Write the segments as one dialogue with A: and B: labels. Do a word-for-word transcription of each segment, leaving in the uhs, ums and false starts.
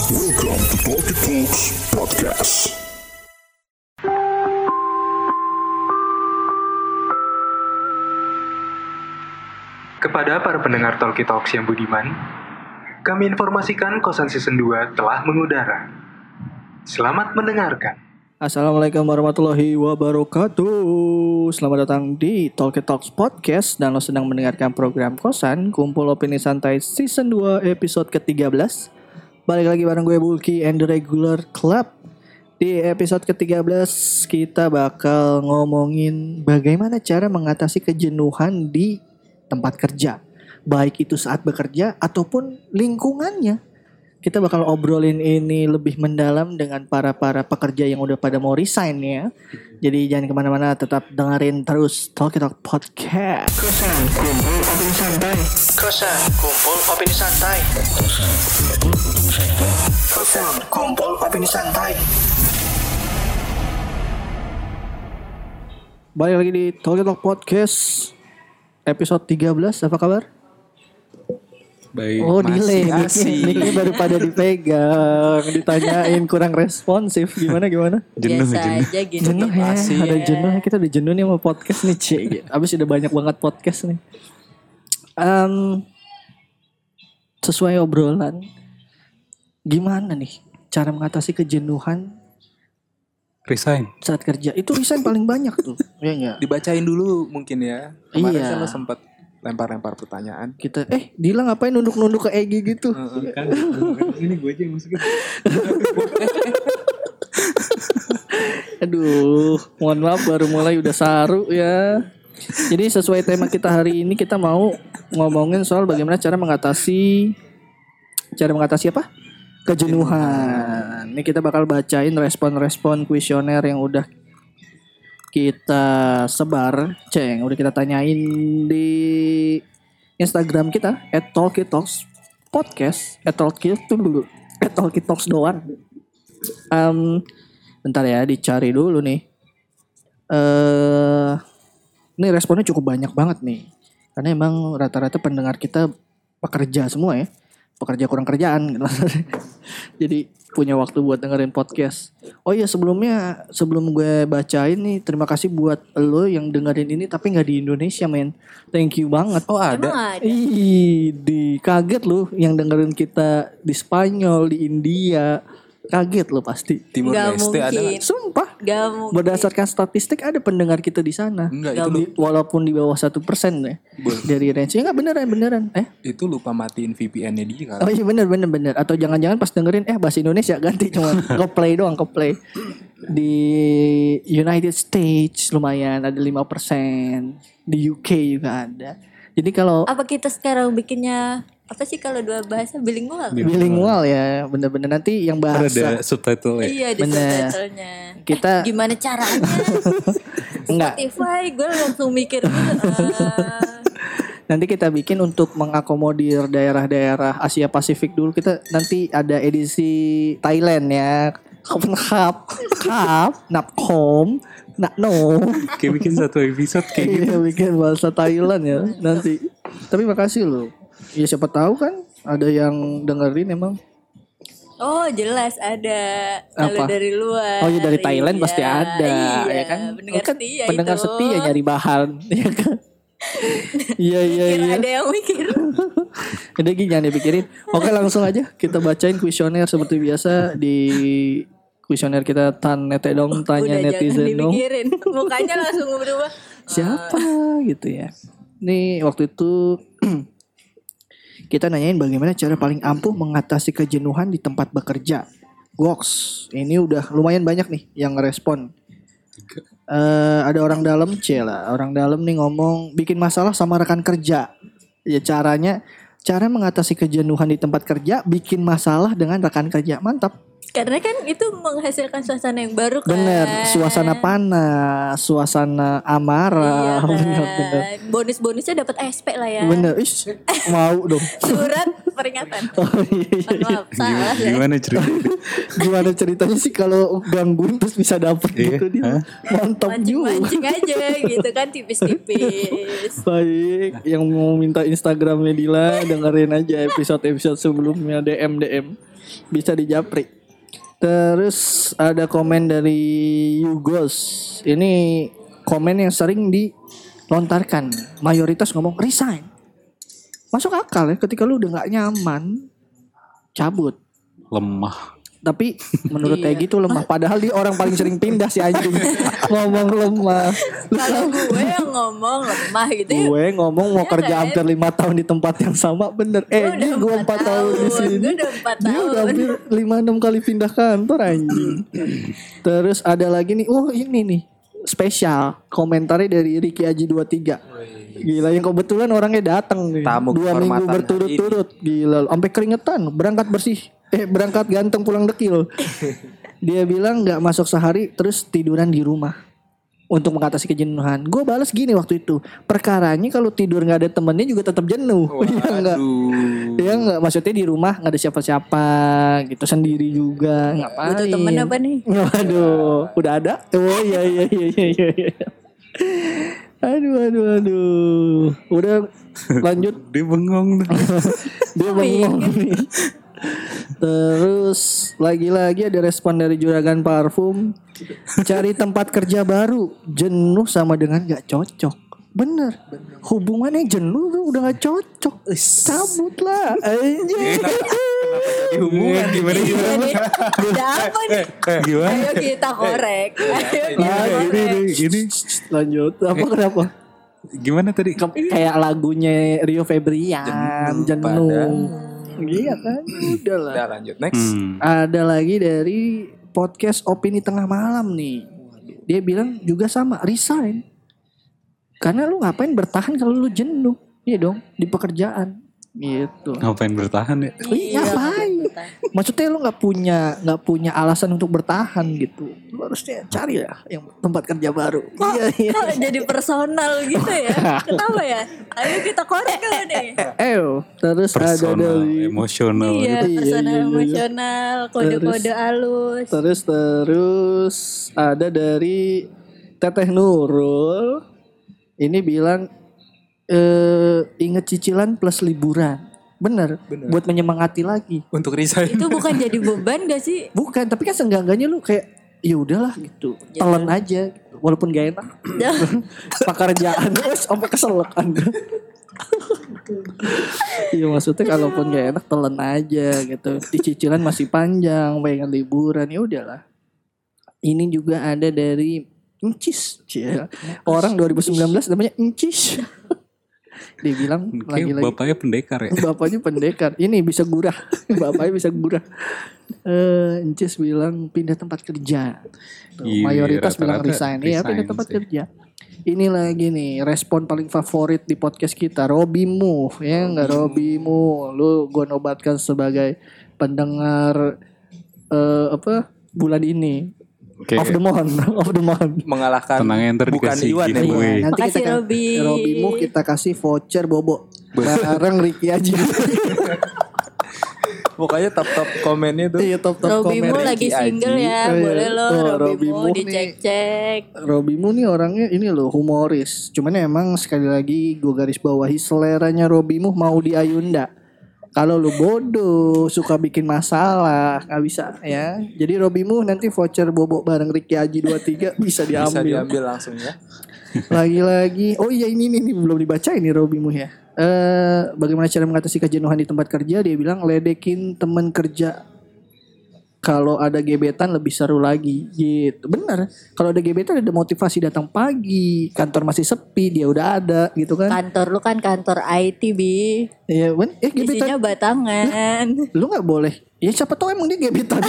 A: Welcome to Talkie Talks Podcast.
B: Kepada para pendengar Talkie Talks yang budiman, kami informasikan Kosan Season dua telah mengudara. Selamat mendengarkan.
C: Assalamualaikum warahmatullahi wabarakatuh. Selamat datang di Talkie Talks Podcast. Dan lo sedang mendengarkan program Kosan Kumpul Opini Santai Season dua episode ke tiga belas. Balik lagi bareng gue Bulky and the Regular Club. Di episode ke tiga belas kita bakal ngomongin bagaimana cara mengatasi kejenuhan di tempat kerja, baik itu saat bekerja ataupun lingkungannya. Kita bakal obrolin ini lebih mendalam dengan para-para pekerja yang udah pada mau resign ya. Jadi jangan kemana-mana, tetap dengerin terus Talkie Talk Podcast. Kosan Kumpul Opini Santai. Kosan Kumpul Opini Santai. Kosan Kumpul Opini Santai. Balik lagi di Talkie Talk Podcast episode tiga belas, apa kabar?
D: Baik,
C: oh delay,
D: ini
C: baru pada dipegang, ditanyain kurang responsif, gimana gimana?
D: Jenuh,
E: Biasa
D: jenuh.
E: aja gini.
C: Jenuh ya,
E: Masih
C: ada
E: ya.
C: jenuh, kita udah jenuh nih sama podcast nih Cik. Abis udah banyak banget podcast nih. Um, sesuai obrolan, gimana nih cara mengatasi kejenuhan
D: Resign.
C: saat kerja? Itu resign paling banyak tuh, ya nggak?
D: Dibacain dulu mungkin ya. Kemarin
C: Iya.
D: kan lo sempat lempar-lempar pertanyaan.
C: Kita, eh Dila ngapain nunduk-nunduk ke Egi gitu?
D: Heeh, kan ini gue aja yang masukin.
C: Aduh, mohon maaf baru mulai udah saru ya. Jadi sesuai tema kita hari ini, kita mau ngomongin soal bagaimana cara mengatasi cara mengatasi apa? Kejenuhan. Ini kita bakal bacain respon-respon kuesioner yang udah kita sebar, ceng, udah kita tanyain di Instagram kita et talkie talks podcast, et talkie dulu, et talkie talks doang. Um, bentar ya, dicari dulu nih. Eh, ini responnya cukup banyak banget nih, karena emang rata-rata pendengar kita pekerja semua ya, pekerja kurang kerjaan gitu. Jadi punya waktu buat dengerin podcast. Oh iya, sebelumnya sebelum gue bacain nih, terima kasih buat lo yang dengerin ini tapi nggak di Indonesia, men. Thank you banget.
D: Oh ada.
E: Emang ada?
C: Ih, di kaget lo yang dengerin kita di Spanyol, di India. Kaget lo pasti.
D: Timur
E: Gak
D: Leste ada
E: mungkin.
D: nggak?
C: Sumpah.
E: Gak mungkin.
C: Berdasarkan statistik ada pendengar kita di sana.
D: Enggak,
E: Gak
D: itu lu,
C: Di- walaupun di bawah satu persen ya
D: Boleh.
C: dari range. Ya nggak, beneran beneran. Eh?
D: itu lupa matiin V P N-nya dia
C: Oh
D: kan.
C: iya, bener bener bener. Atau jangan-jangan pas dengerin eh bahasa Indonesia ganti cuma ke-play doang, ke-play. Di United States lumayan ada lima persen. Di U K juga ada. Jadi kalau
E: Apa kita sekarang bikinnya apa sih kalau dua bahasa bilingual?
C: bilingual ya, bener-bener nanti yang
D: Ada
C: bahasa
D: subtitle ya.
E: Iya di
C: Bener.
E: subtitlenya.
C: Kita-
E: Eh, gimana caranya?
C: enggak.
E: Spotify gue langsung mikir gitu. ah.
C: Nanti kita bikin untuk mengakomodir daerah-daerah Asia Pasifik dulu. Kita nanti ada edisi Thailand ya. Hap, hap, napkom, nakno.
D: Kayak bikin satu episode kayak gitu.
C: Iya, bikin bahasa Thailand ya nanti. Tapi makasih loh. Ya siapa tahu kan ada yang dengerin emang.
E: Oh jelas ada.
C: Apa?
E: Kalau dari luar.
C: Oh iya, dari Thailand
E: Iya,
C: pasti ada,
E: iya,
C: ya kan?
E: Pendengar
C: Kan
E: setia
C: pendengar
E: itu.
C: setia nyari bahan, ya kan? Iya iya
E: Kira
C: iya.
E: ada yang mikir.
C: Udah gini, jangan dipikirin. Oke, langsung aja kita bacain kuesioner seperti biasa di kuesioner kita tan nete dong, tanya
E: Udah jangan
C: netizen dong.
E: dipikirin. Mukanya langsung berubah.
C: Siapa gitu ya. Nih waktu itu kita nanyain bagaimana cara paling ampuh mengatasi kejenuhan di tempat bekerja. Goks, ini udah lumayan banyak nih yang ngerespon. Eh, ada orang dalam, cela, orang dalam nih ngomong bikin masalah sama rekan kerja. Ya caranya, cara mengatasi kejenuhan di tempat kerja, bikin masalah dengan rekan kerja. Mantap.
E: Karena kan itu menghasilkan suasana yang baru kan.
C: Bener, suasana panas, suasana amarah.
E: Iya kan.
C: Bener, bener.
E: Bonus-bonusnya dapat S P lah ya.
C: Bener, ish, mau dong.
E: Surat peringatan.
C: Oh, iya, iya.
E: Mohon maaf, salah ya.
D: Gimana cerita?
C: Gimana ceritanya sih kalau gangguin terus bisa dapet
D: Iya,
C: gitu dia?
D: hah?
C: Mantap juga.
E: Mancing-mancing aja gitu kan tipis-tipis.
C: Baik, yang mau minta Instagramnya Dila dengerin aja episode-episode sebelumnya D M D M. Bisa dijapri. Terus ada komen dari Yugos. Ini komen yang sering dilontarkan. Mayoritas ngomong resign. Masuk akal ya, ketika lu udah gak nyaman, cabut.
F: Lemah.
C: Tapi menurut Egy itu lemah. Padahal dia orang paling sering pindah si anjing. Ngomong lemah.
E: Kalau gue yang ngomong lemah gitu ya.
C: Gue ngomong mau
E: Ya
C: kerja
E: kan?
C: hampir lima tahun di tempat yang sama. Bener. Eh
E: Gue udah
C: gue empat tahun di sini.
E: Gue udah empat
C: Dia
E: tahun.
C: udah hampir lima enam kali pindah kantor anjing. Terus ada lagi nih. Oh ini nih spesial komentarnya dari Ricky Aji dua puluh tiga. Gila yang kebetulan orangnya datang nih.
D: Tamu
C: Dua minggu
D: kehormatan
C: berturut-turut. Gila sampai keringetan. Berangkat bersih. Eh berangkat ganteng pulang dekil. Dia bilang gak masuk sehari terus tiduran di rumah untuk mengatasi kejenuhan. Gue balas gini waktu itu. Perkaranya kalau tidur gak ada temennya juga tetap jenuh. Iya enggak? Iya enggak? Maksudnya di rumah gak ada siapa-siapa gitu, sendiri juga. Ngapain?
E: Butuh temen apa nih?
C: Waduh, udah ada? Oh iya iya iya iya iya. Aduh aduh aduh. Udah lanjut.
F: Dia bengong.
C: Dia bengong nih. Terus lagi-lagi ada respon dari Juragan Parfum. Cari tempat kerja baru, jenuh sama dengan gak cocok. Bener, hubungannya jenuh tuh udah gak cocok. Cabut lah.
D: Di hubungan gimana gimana?
E: Ada apa nih?
F: Gimana?
E: Ayo kita korek. Ayo kita
C: Nah, ini,
E: korek.
C: ini, ini. Lanjut. Apa kenapa?
F: Gimana tadi?
C: Kayak lagunya Rio Febrian, jenuh. Iya kan, udah lah.
D: Udah lanjut next.
F: Hmm.
C: Ada lagi dari podcast Opini Tengah Malam nih. Dia bilang juga sama, resign. Karena lu ngapain bertahan kalau lu jenuh? Iya dong, di pekerjaan. Gitu.
F: Ngapain bertahan ya?
C: Iya, ngapain? Maksudnya lu nggak punya nggak punya alasan untuk bertahan gitu. Lu harusnya cari ya yang tempat kerja baru.
E: Kok,
C: Iya iya.
E: kok jadi personal gitu ya? Kenapa ya? Ayo kita korek dulu nih.
C: Eh, terus ada
F: Personal,
C: dari
F: emosional
E: Iya,
F: gitu.
C: Iya,
E: personal
C: iya, iya.
E: emosional, kode-kode halus.
C: Terus terus ada dari Teteh Nurul. Ini bilang eh inget cicilan plus liburan. Bener,
D: Bener.
C: buat menyemangati lagi.
D: Untuk resign.
E: Itu bukan jadi beban gak sih?
C: Bukan, tapi kan seenggak-enggaknya lu kayak ya udahlah gitu.
E: Ya.
C: Telan aja gitu. Walaupun gak enak. Pekerjaan wes sampai keselak Anda. Iya maksudnya kalaupun gak enak telan aja gitu. Di cicilan masih panjang, pengen liburan ya udahlah. Ini juga ada dari Encis. Cia. Orang dua ribu sembilan belas namanya Encis. Dia bilang
F: Kayak
C: lagi-lagi
F: bapaknya pendekar ya.
C: bapaknya pendekar. Ini bisa gurah. Bapaknya bisa gurah. Eh, Encis bilang pindah tempat kerja. Tuh,
F: Iya,
C: mayoritas bilang
F: rata-rata
C: resign. Iya, pindah
F: resign
C: tempat
F: sih.
C: kerja. Ini lagi nih respon paling favorit di podcast kita, Robi Mu. Ya enggak Robi Mu. Lu gua nobatkan sebagai pendengar eh, apa? Bulan ini.
F: Oke.
C: Of the month, of the month.
D: Mengalahkan
F: Tenang ya, ntar
D: bukan
F: dikasih
D: Iwan ya.
F: giveaway.
D: Bu.
C: Iya, nanti
E: Makasih,
C: kita
E: Robi.
C: Robi Mu kita kasih voucher bobo. Bareng Ricky aja.
D: Pokoknya top-top komennya tuh.
C: Iya top top
E: Robimu
C: komen.
E: lagi
D: Ricky
E: single
D: Aji.
E: ya,
C: Iya.
E: boleh loh
C: Oh,
E: Robimu
C: Robimu nih.
E: dicek-cek.
C: Robimu nih orangnya ini loh humoris. Cuman emang sekali lagi gue garis bawahi seleranya Robimu mau di Ayunda. Kalau lu bodoh suka bikin masalah nggak bisa ya. Jadi Robimu nanti voucher bobo bareng Ricky Aji dua puluh tiga bisa diambil.
D: Bisa diambil langsung ya.
C: Lagi-lagi. Oh iya ini ini, ini belum dibaca ini Robimu ya. Eh bagaimana cara mengatasi kejenuhan di tempat kerja? Dia bilang ledekin teman kerja. Kalau ada gebetan lebih seru lagi gitu. Bener. Kalau ada gebetan ada motivasi datang pagi. Kantor masih sepi, dia udah ada gitu kan.
E: Kantor lu kan kantor I T bi,
C: Iya, ben. Eh
E: isinya
C: gebetan
E: batangan.
C: lu nggak boleh. Ya siapa tahu emang dia gebetan.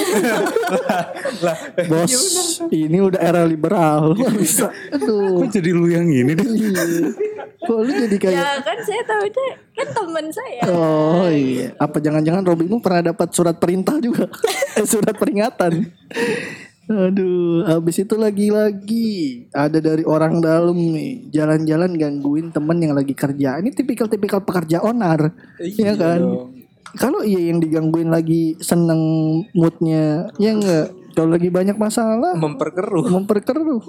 C: Bos, ini udah era liberal. Lu nggak bisa. Aduh.
F: Kok jadi lu yang ini deh?
C: Iya. Kok lu jadi kayak
E: Ya kan saya tahu deh, kan teman saya.
C: oh iya. Apa jangan-jangan Robimu pernah dapat surat perintah juga? eh, surat peringatan. Aduh, habis itu lagi-lagi ada dari orang dalam nih, jalan-jalan gangguin temen yang lagi kerja. Ini tipikal-tipikal pekerja onar, iya kan?
D: dong.
C: Kalau iya yang digangguin lagi seneng moodnya, ya enggak. Kalau lagi banyak masalah,
D: Memperkeruh.
C: memperkeruh.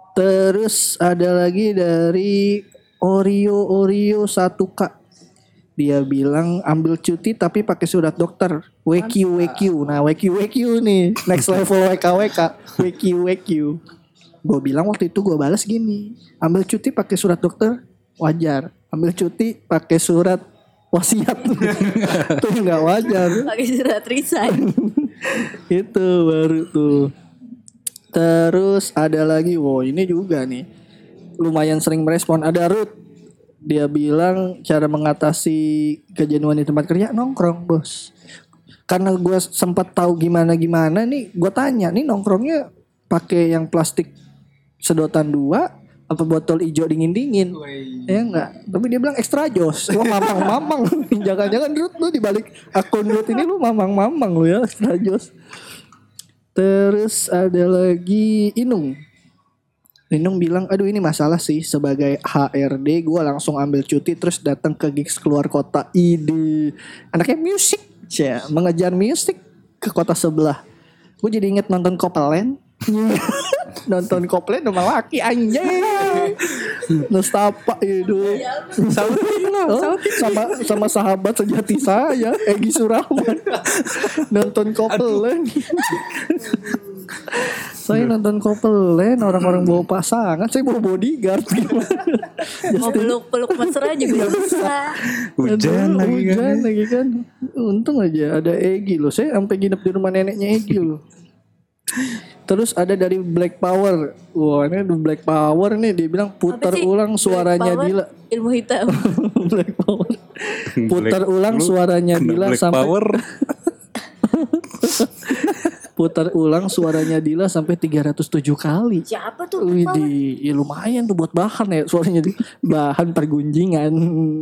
C: Terus ada lagi dari Oreo Oreo satu K. Dia bilang ambil cuti tapi pakai surat dokter. W Q W Q. Nah, W Q W Q nih. Next level W K W K. W Q W Q. Gue bilang waktu itu gue balas gini. Ambil cuti pakai surat dokter wajar. Ambil cuti pakai surat wasiat. Itu enggak wajar.
E: Pakai surat resign.
C: Itu baru tuh. Terus ada lagi. Wow, ini juga nih. Lumayan sering merespon. Ada Ruth. Dia bilang cara mengatasi kejenuhan di tempat kerja nongkrong bos. Karena gue sempat tahu gimana-gimana nih, gue tanya nih nongkrongnya pakai yang plastik sedotan dua apa botol hijau dingin-dingin? Ya enggak. Tapi dia bilang extra jos. Lu mamang-mamang. Jangan-jangan Ruth lu dibalik akun Ruth ini lu mamang-mamang lu ya extra jos. Terus ada lagi Inung. Inung bilang, aduh ini masalah sih sebagai H R D gue langsung ambil cuti terus datang ke gigs keluar kota. Ide, anaknya musik, ya mengejar musik ke kota sebelah. Gue jadi inget nonton Copeland, nonton Copeland sama laki anjay, Nestapa itu, sama, sama sama sahabat sejati saya, Egy Surahman, nonton Copeland. Saya nonton Copeland, orang-orang bawa pasangan, saya bawa bodyguard.
E: Mau peluk-peluk mesra juga bisa.
F: Hujan lagi kan.
C: Hujan lagi kan. Untung aja ada Egy loh. Saya sampai nginep di rumah neneknya Egy loh. Terus ada dari Black Power. Wah, ini Black Power nih dia bilang putar ulang suaranya Dila.
E: Ilmu hitam.
C: Black Power. Putar ulang suaranya Dila
F: Black
C: sampai
F: Power.
C: Putar ulang suaranya Dila sampai tiga ratus tujuh kali.
E: Siapa tuh?
C: Wih, di, ya lumayan tuh buat bahan ya suaranya di bahan pergunjingan.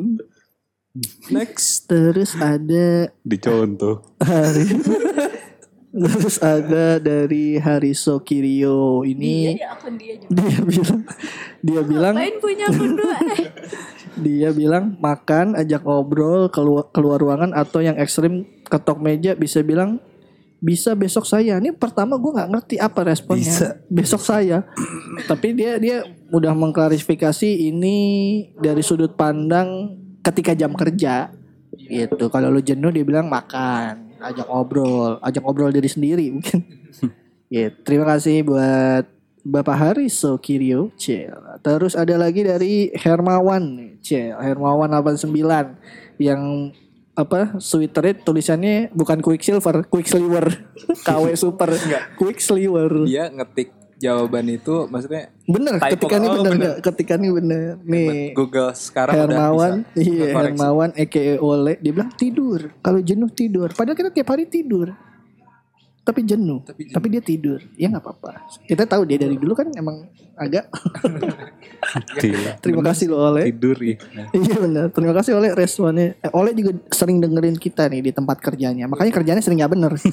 D: Next.
C: Terus ada
F: Dicontoh.
C: hari terus ada dari Hariso Kirio ini.
E: Dia akun dia juga.
C: Dia bilang dia bilang
E: Ngapain punya akun dua?
C: dia bilang makan ajak ngobrol keluar keluar ruangan atau yang ekstrim ketok meja bisa bilang bisa besok saya. Ini pertama gue nggak ngerti apa responnya.
F: Bisa.
C: Besok saya. Tapi dia dia udah mengklarifikasi ini dari sudut pandang ketika jam kerja. Gitu. Kalau lu jenuh dia bilang makan, ajak ngobrol, ajak ngobrol diri sendiri mungkin. Gitu. Terima kasih buat Bapak Hariso Kirio. Cil. Terus ada lagi dari Hermawan. Cil. Hermawan delapan puluh sembilan yang apa Sweater tulisannya bukan Quicksilver, Quicksilver, K W Super, Quicksilver.
D: Dia ngetik jawaban itu maksudnya
C: Bener,
D: typo.
C: ketika ini
D: Oh,
C: bener
D: bener.
C: nggak? Ketika ini bener. Nih
D: Google sekarang
C: Hermawan,
D: udah bisa
C: iya
D: ngekoreksi.
C: Hermawan Eke Ole, dia bilang tidur. Kalau jenuh tidur. Padahal kita tiap hari tidur. Tapi jenuh, tapi,
D: Tapi jenuh.
C: dia tidur. Ya nggak apa-apa. Kita tahu dia dari dulu kan emang agak.
F: Gila.
C: Terima kasih lo Ole.
F: Tidur ya.
C: Iya benar. Terima kasih Ole responnya. Eh, Ole juga sering dengerin kita nih di tempat kerjanya. Makanya kerjanya sering nggak bener.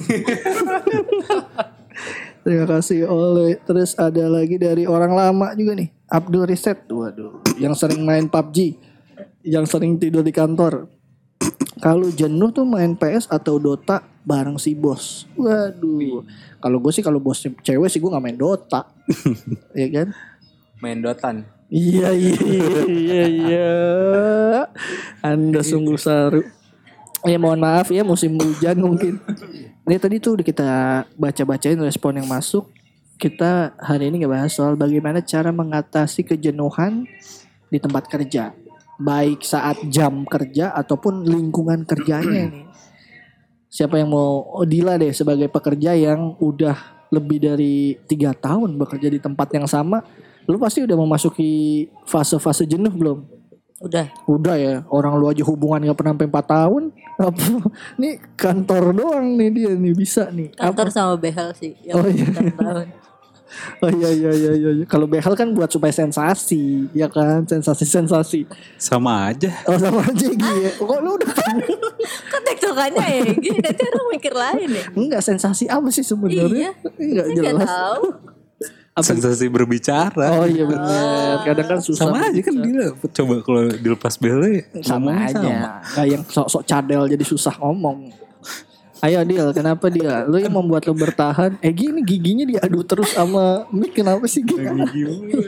C: Terima kasih Ole. Terus ada lagi dari orang lama juga nih. Abdul Riset. Waduh. Yang sering main P U B G. Yang sering tidur di kantor. Kalau jenuh tuh main P S atau Dota bareng si bos. Waduh. Kalau gue sih kalau bos cewek sih gue nggak main Dota. Iya kan?
D: Main Dotan.
C: Iya iya iya iya. Anda sungguh saru. Ya mohon maaf ya musim hujan mungkin. Ini tadi tuh udah kita baca-bacain respon yang masuk. Kita hari ini ngebahas soal bagaimana cara mengatasi kejenuhan di tempat kerja. Baik saat jam kerja ataupun lingkungan kerjanya nih. Siapa yang mau oh, Dila deh sebagai pekerja yang udah lebih dari tiga tahun bekerja di tempat yang sama. Lu pasti udah memasuki fase-fase jenuh belum?
E: Udah.
C: Udah ya, orang lu aja hubungan gak pernah sampai empat tahun. Apa? Nih kantor doang nih dia nih bisa nih.
E: Kantor
C: Apa?
E: sama behel sih. Yang
C: Oh, iya.
E: tahun.
C: Oh iya iya iya iya. Kalau behel kan buat supaya sensasi, ya kan? Sensasi-sensasi.
F: Sama aja.
C: Oh sama aja gitu. Kok lu udah
E: Kan tektokannya ya gini. Nanti orang mikir lain ya.
C: enggak sensasi apa sih sebenarnya?
E: Iya.
C: Enggak
E: Saya nggak
C: jelas.
E: tahu.
C: Apa?
F: Sensasi berbicara.
C: Oh iya benar. Kadang kan susah.
F: Sama aja kan
C: berbicara.
F: gila. Coba kalau dilepas bele
C: Sama
F: ngomongnya
C: aja.
F: sama.
C: Kayak yang sok-sok cadel jadi susah ngomong. Ayo Dil, kenapa dia? Lu yang membuat lu bertahan. Eh gini giginya diadu terus sama Mik, kenapa sih gigi?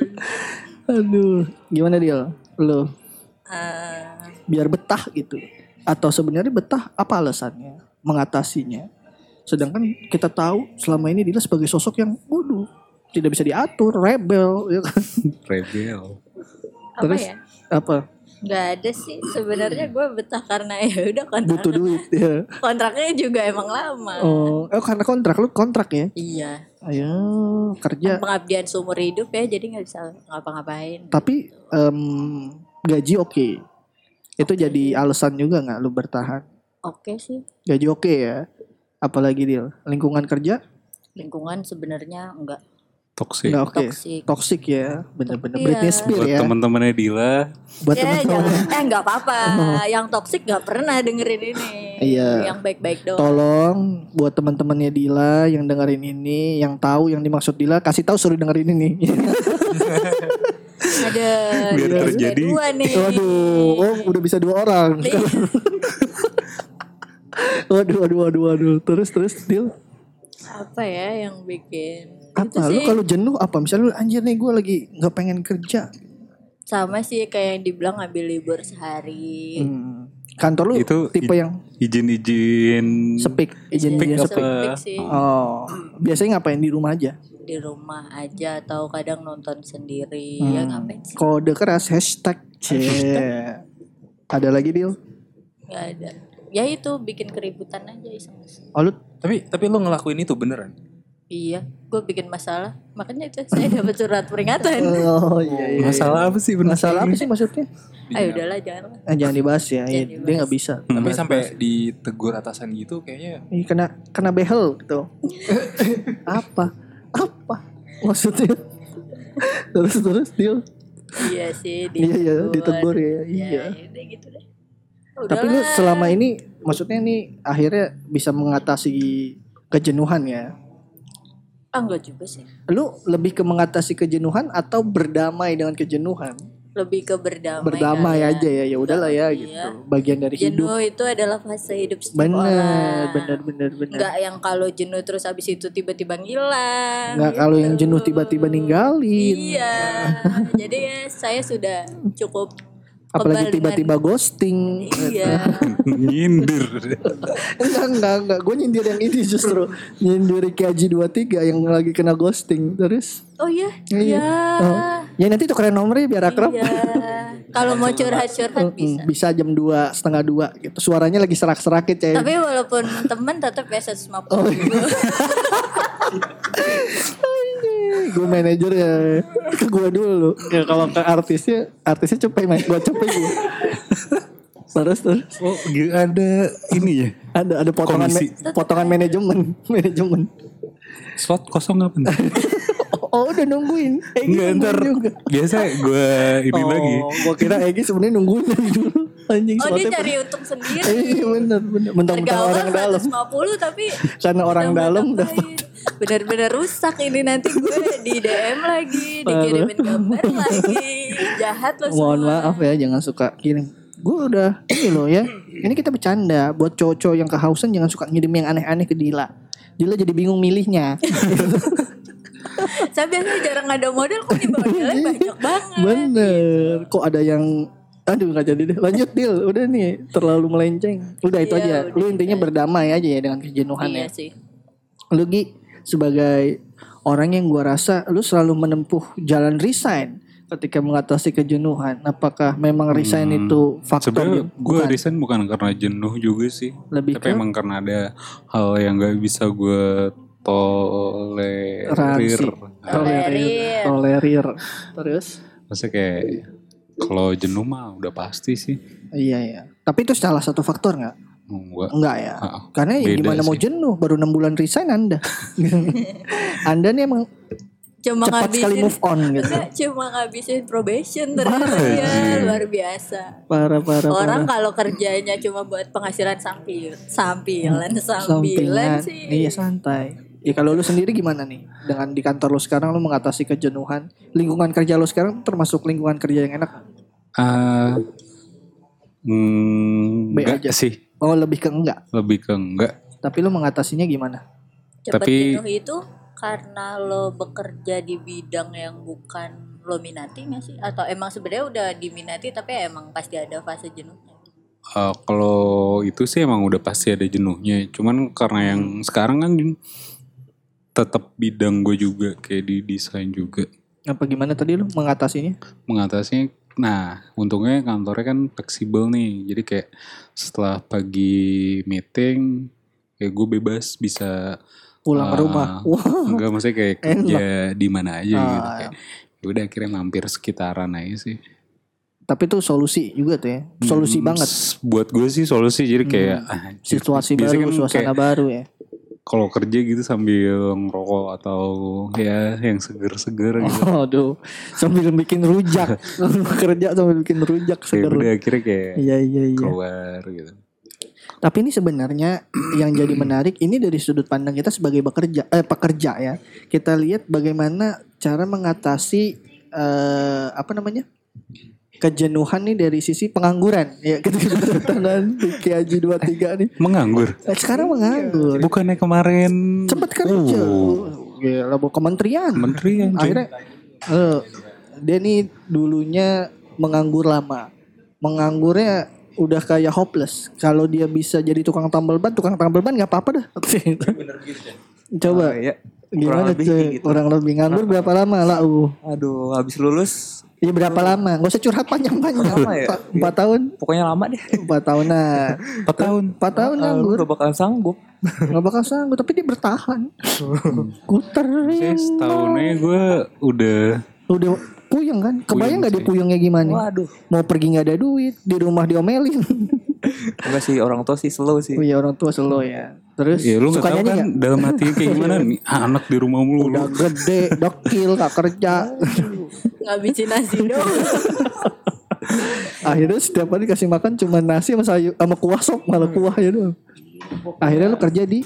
C: Aduh, gimana Dil? Lu
E: Eh,
C: biar betah gitu. Atau sebenarnya betah apa alasannya mengatasinya? Sedangkan kita tahu selama ini Dila sebagai sosok yang waduh tidak bisa diatur, rebel, ya kan?
F: Rebel.
E: Apa
C: Terus
E: ya?
C: apa?
E: Nggak ada sih. Sebenarnya gue betah karena ya udah kontrak.
C: Butuh duit ya.
E: Kontraknya juga emang lama.
C: Oh, eh, karena kontrak lu kontrak ya?
E: Iya.
C: Ayo kerja.
E: Pengabdian seumur hidup ya, jadi nggak bisa ngapa-ngapain.
C: Tapi em, gaji oke. Itu jadi alasan juga nggak lu bertahan?
E: Oke sih.
C: Gaji oke ya. Apalagi Dil, lingkungan kerja
E: Lingkungan sebenarnya enggak.
F: Toxic.
C: nggak oke.
E: Toxic.
C: Toxic ya, bener-bener
E: Iya.
C: Britney Spears
F: Buat
C: ya.
F: teman-temannya Dila,
C: Buat
E: Ya,
C: teman-teman.
E: jangan, eh nggak apa-apa. Yang toksik nggak pernah dengerin ini.
C: Iya.
E: Yang baik-baik doang.
C: Tolong buat teman-temannya Dila yang dengerin ini, yang tahu yang dimaksud Dila, kasih tahu suruh dengerin ini.
E: Ada
F: Biar
E: ada
F: terjadi.
E: dua nih.
C: Waduh, oh udah bisa dua orang.
E: Iya.
C: waduh, waduh, waduh, waduh. Terus, terus, Dil.
E: Apa ya yang bikin?
C: Apa?
E: Itu
C: Lu
E: sih
C: kalau jenuh apa? Misalnya lu anjir nih gue lagi nggak pengen kerja.
E: sama sih kayak yang dibilang ngambil libur sehari.
C: Hmm. Kantor lu
F: itu
C: tipe
F: i-
C: yang
F: izin-izin
C: sepik, izin
F: Sepik
C: izin
F: apa?
C: sepik.
E: Sepik sih.
C: Oh, biasanya ngapain di rumah aja?
E: Di rumah aja atau kadang nonton sendiri.
C: Hmm.
E: Ya ngapain sih?
C: Kode keras hashtag C. Ada lagi Dil?
E: Gak ada. Ya itu bikin keributan aja iseng.
C: Oh lu
D: Tapi tapi lo ngelakuin itu beneran?
E: Iya, gue bikin masalah. Makanya itu saya dapat surat peringatan.
C: Oh iya, iya.
F: Masalah apa sih bener?
C: Masalah apa sih maksudnya?
E: Ayo udahlah jangan.
C: Eh, jangan dibahas ya.
E: Jangan
C: Iya,
E: dibahas.
C: dia nggak bisa.
D: Tapi
C: Bahas-
D: sampai
C: bahas.
D: ditegur atasan gitu kayaknya
C: Ih, kena kena behel gitu. apa? Apa? Maksudnya? terus terus Dil.
E: Iya sih.
C: Iya iya
E: ditegur.
C: ditegur ya.
E: Ya,
C: Iya.
E: ya udah gitu deh.
C: Tapi lu
E: Udahlah.
C: selama ini maksudnya nih akhirnya bisa mengatasi kejenuhan ya.
E: Ah, enggak juga sih.
C: Lu lebih ke mengatasi kejenuhan atau berdamai dengan kejenuhan?
E: Lebih ke berdamai.
C: Berdamai
E: kali ya.
C: aja ya. Ya udahlah ya
E: Iya.
C: gitu. Bagian dari hidup.
E: Jenuh itu adalah fase hidup setiap
C: Bener,
E: orang.
C: bener, bener, bener.
E: Enggak yang kalau jenuh terus habis itu tiba-tiba ngilang.
C: Nggak kalau yang
E: gitu.
C: jenuh tiba-tiba ninggalin.
E: Iya. Jadi ya saya sudah cukup
C: Apalagi
E: kebal
C: tiba-tiba ghosting.
E: dengan- Iya.
F: Nyindir.
C: enggak, enggak, enggak. Gue nyindir yang ini justru. Nyindir Kiaji dua puluh tiga yang lagi kena ghosting. Terus?
E: Oh iya.
C: Iya.
E: Iya.
C: Oh. Ya nanti tukerin nomornya biar akrab.
E: Iya. Kalau mau curhat-curhat bisa.
C: Mm, bisa jam dua, setengah dua gitu. Suaranya lagi serak-serakit ya.
E: Tapi walaupun teman tetap ya seratus lima
C: Oh,
E: puluh.
C: iya. Gue manajer ya. Ke gue dulu. Ya kalau ke artisnya, artisnya cepet main. Gue cepet gue. Terus terus.
F: Oh, gitu ada ini ya.
C: Ada ada potongan
F: Komisi.
C: ma- potongan manajemen, manajemen.
F: Slot kosong apa nih?
C: Oh, udah nungguin. Egi
F: Enggak,
C: nungguin
F: ntar
C: juga.
F: biasa gue ini
C: oh,
F: lagi.
C: Gue kira Egi sebenarnya nungguin dari dulu. Anjing
E: Oh dia
C: slotnya
E: cari
C: pe-
E: untung sendiri.
C: Iya bener bener. Mentang-mentang
E: Harga
C: orang
E: awal
C: dalam.
E: seratus lima puluh tapi
C: Karena orang
E: udah
C: dalam
E: mau
C: dapat.
E: nambahin. Bener-bener rusak ini nanti gue di D M lagi, dikirimin gambar lagi. Jahat loh semua.
C: Mohon maaf ya, jangan suka kirim. Gue udah ini loh ya. Ini kita bercanda. Buat cowok-cowok yang kehausan jangan suka ngirim yang aneh-aneh ke Dila. Dila jadi bingung milihnya.
E: Saya biasanya jarang ada model, kok di modelnya banyak banget.
C: Bener. Kok ada yang aduh gak jadi deh. Lanjut Dil. Udah nih terlalu melenceng. Udah itu
E: Iya,
C: aja.
E: udah
C: Lu
E: itu
C: intinya
E: aja.
C: berdamai aja ya dengan kejenuhan
E: Iya
C: ya.
E: sih.
C: Lu Gi sebagai orang yang gua rasa lu selalu menempuh jalan resign ketika mengatasi kejenuhan. Apakah memang resign
F: Hmm,
C: itu faktor
F: Sebenarnya
C: yang-
F: gue
C: bukan?
F: resign bukan karena jenuh juga sih.
C: Lebih
F: Tapi
C: ke-
F: emang karena ada hal yang gak bisa gue tolerir.
C: Ransi.
F: Nah,
C: Tolerir. Tolerir. Terus?
F: Maksudnya kayak kalau jenuh mah udah pasti sih.
C: Iya iya. Tapi itu salah satu faktor nggak?
F: Enggak.
C: Enggak ya.
F: Ah,
C: Karena ya
F: beda
C: gimana mau
F: sih.
C: jenuh baru enam bulan resign Anda. Anda nih emang
E: Cuma
C: cepat sekali
E: ngabisin
C: move on gitu.
E: Enggak, cuma ngabisin probation ternyata ya, luar biasa.
C: Parah parah
E: Orang
C: parah.
E: kalau kerjanya cuma buat penghasilan sampil, sampilan,
C: Sampingan.
E: sambilan sih.
C: Iya santai. Ya kalau lu sendiri gimana nih? Dengan di kantor lu sekarang lu mengatasi kejenuhan. Lingkungan kerja lu sekarang termasuk lingkungan kerja yang enak?
F: Ah, mm,
C: B
F: enggak
C: aja.
F: sih.
C: Oh lebih ke enggak.
F: Lebih ke enggak.
C: Tapi lu mengatasinya gimana?
E: Cepat
F: Tapi-
E: jenuh itu karena lo bekerja di bidang yang bukan lo minati nggak sih? Atau emang sebenarnya udah diminati tapi emang pasti ada fase jenuhnya?
F: Uh, kalau itu sih emang udah pasti ada jenuhnya. Cuman karena yang sekarang kan tetap bidang gue juga kayak di desain juga.
C: Apa gimana tadi lu mengatasinya?
F: Mengatasinya, nah untungnya kantornya kan fleksibel nih. Jadi kayak setelah pagi meeting, kayak gue bebas bisa
C: Pulang ke
F: uh,
C: rumah. Wah.
F: Enggak, maksudnya kayak kerja
C: Enak.
F: di mana aja
C: Ah,
F: gitu. Kayak, ya udah akhirnya mampir sekitaran aja sih.
C: Tapi itu solusi juga tuh ya. Solusi
F: Hmm,
C: banget.
F: s- Buat gue sih solusi. Jadi kayak ah,
C: Situasi
F: biasanya
C: baru,
F: kan
C: suasana
F: kayak
C: baru ya.
F: kalau kerja gitu sambil ngerokok atau ya yang seger-seger gitu.
C: Oh, aduh. Sambil bikin rujak. Kerja sambil bikin rujak
F: Kayak
C: seger.
F: udah akhirnya kayak
C: Iya, iya, iya.
F: keluar gitu.
C: Tapi ini sebenarnya yang jadi menarik ini dari sudut pandang kita sebagai bekerja eh pekerja ya. Kita lihat bagaimana cara mengatasi eh, apa namanya? Kejenuhan nih dari sisi pengangguran. Ya, kita tangan di K A J dua puluh tiga nih.
F: Menganggur.
C: Eh, sekarang menganggur.
F: Bukannya kemarin
C: Sempat kerja.
F: Oh,
C: Gila, bu kementerian.
F: menteri yang
C: Akhirnya eh, dia nih dulunya menganggur lama. Menganggurnya udah kayak hopeless. Kalau dia bisa jadi tukang tambal ban, tukang tambal ban nggak apa-apa dah. Coba
G: Oh, iya.
C: gimana
G: Kurang lebih
C: tuh?
G: kayak gitu.
C: Kurang lebih nganggur berapa lama lah? Uh,
G: Aduh, habis lulus
C: iya berapa lama? Gak usah curhat panjang-panjang.
G: Lama ya?
C: Empat- Empat tahun,
G: pokoknya lama deh.
C: empat tahunan.
F: empat tahun.
C: Empat tahun
G: Ah,
C: nganggur.
G: Gak bakalan sanggup.
C: Gak bakal sanggup, tapi dia bertahan.
F: Saya
C: Kuterin.
F: setahunnya gue udah
C: Udah puyeng kan? Kebayang
F: Puyeng
C: gak dia
F: sih.
C: puyengnya gimana?
G: Waduh.
C: Mau pergi gak ada duit, di rumah diomelin.
G: Enggak sih, orang tua sih slow sih.
C: Oh iya, orang tua slow ya. Terus
F: ya lu gak
C: suka
F: tahu
C: nyanyi
F: kan
C: gak?
F: dalam hatinya kayak gimana nih anak di rumah mulu.
C: Udah gede, dekil, gak kerja.
E: Ngabisin nasi dong.
C: Akhirnya setiap hari kasih makan cuma nasi sama sayur sama kuah sop, malah kuah ya doang. Akhirnya lu kerja di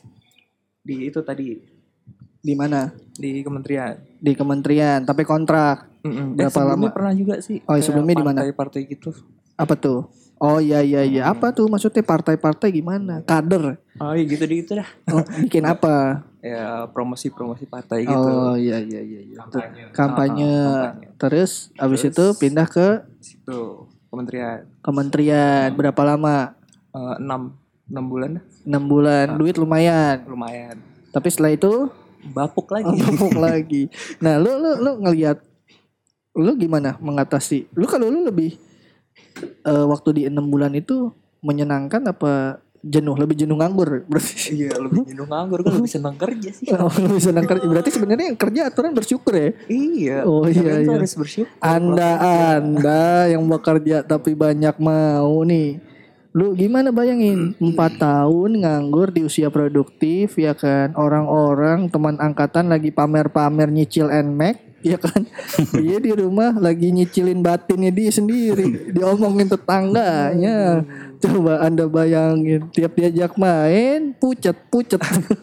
G: Di itu tadi
C: di mana?
G: di kementerian.
C: Di kementerian, tapi kontrak.
G: Mm-mm.
C: Berapa
G: eh, sebelumnya
C: lama?
G: pernah juga sih.
C: Oh,
G: kayak
C: sebelumnya di mana?
G: Partai-partai gitu.
C: Apa tuh? Oh iya iya iya. Apa tuh maksudnya partai-partai gimana? Kader.
G: Oh iya gitu gitu dah.
C: Oh, bikin apa?
G: Ya promosi-promosi partai gitu.
C: Oh iya iya iya iya. Kampanye. Kampanye.
G: Ah, kampanye.
C: Terus abis
G: Terus-
C: itu pindah ke
G: Situ kementerian.
C: kementerian. Berapa lama?
G: Eh, enam enam bulan dah.
C: enam bulan. Duit lumayan.
G: Lumayan.
C: Tapi setelah itu
G: Bapuk lagi.
C: bapuk lagi. Nah, lu lu lu ngelihat lu gimana mengatasi? Lu kalau lu lebih eh, waktu di enam bulan itu menyenangkan apa jenuh? Lebih jenuh nganggur berarti.
G: Iya lebih jenuh nganggur, gue lebih senang kerja sih.
C: Oh, lebih senang kerja. Berarti sebenarnya yang kerja aturan bersyukur ya.
G: Iya.
C: Oh, iya,
G: kalian tuh
C: iya.
G: harus bersyukur.
C: Anda Anda yang bekerja tapi banyak mau nih. Lu gimana bayangin empat tahun nganggur di usia produktif ya kan. Orang-orang teman angkatan lagi pamer-pamer nyicil N M A C ya kan. Dia di rumah lagi nyicilin batinnya dia sendiri. Diomongin tetangganya. Coba Anda bayangin tiap diajak main pucet-pucet.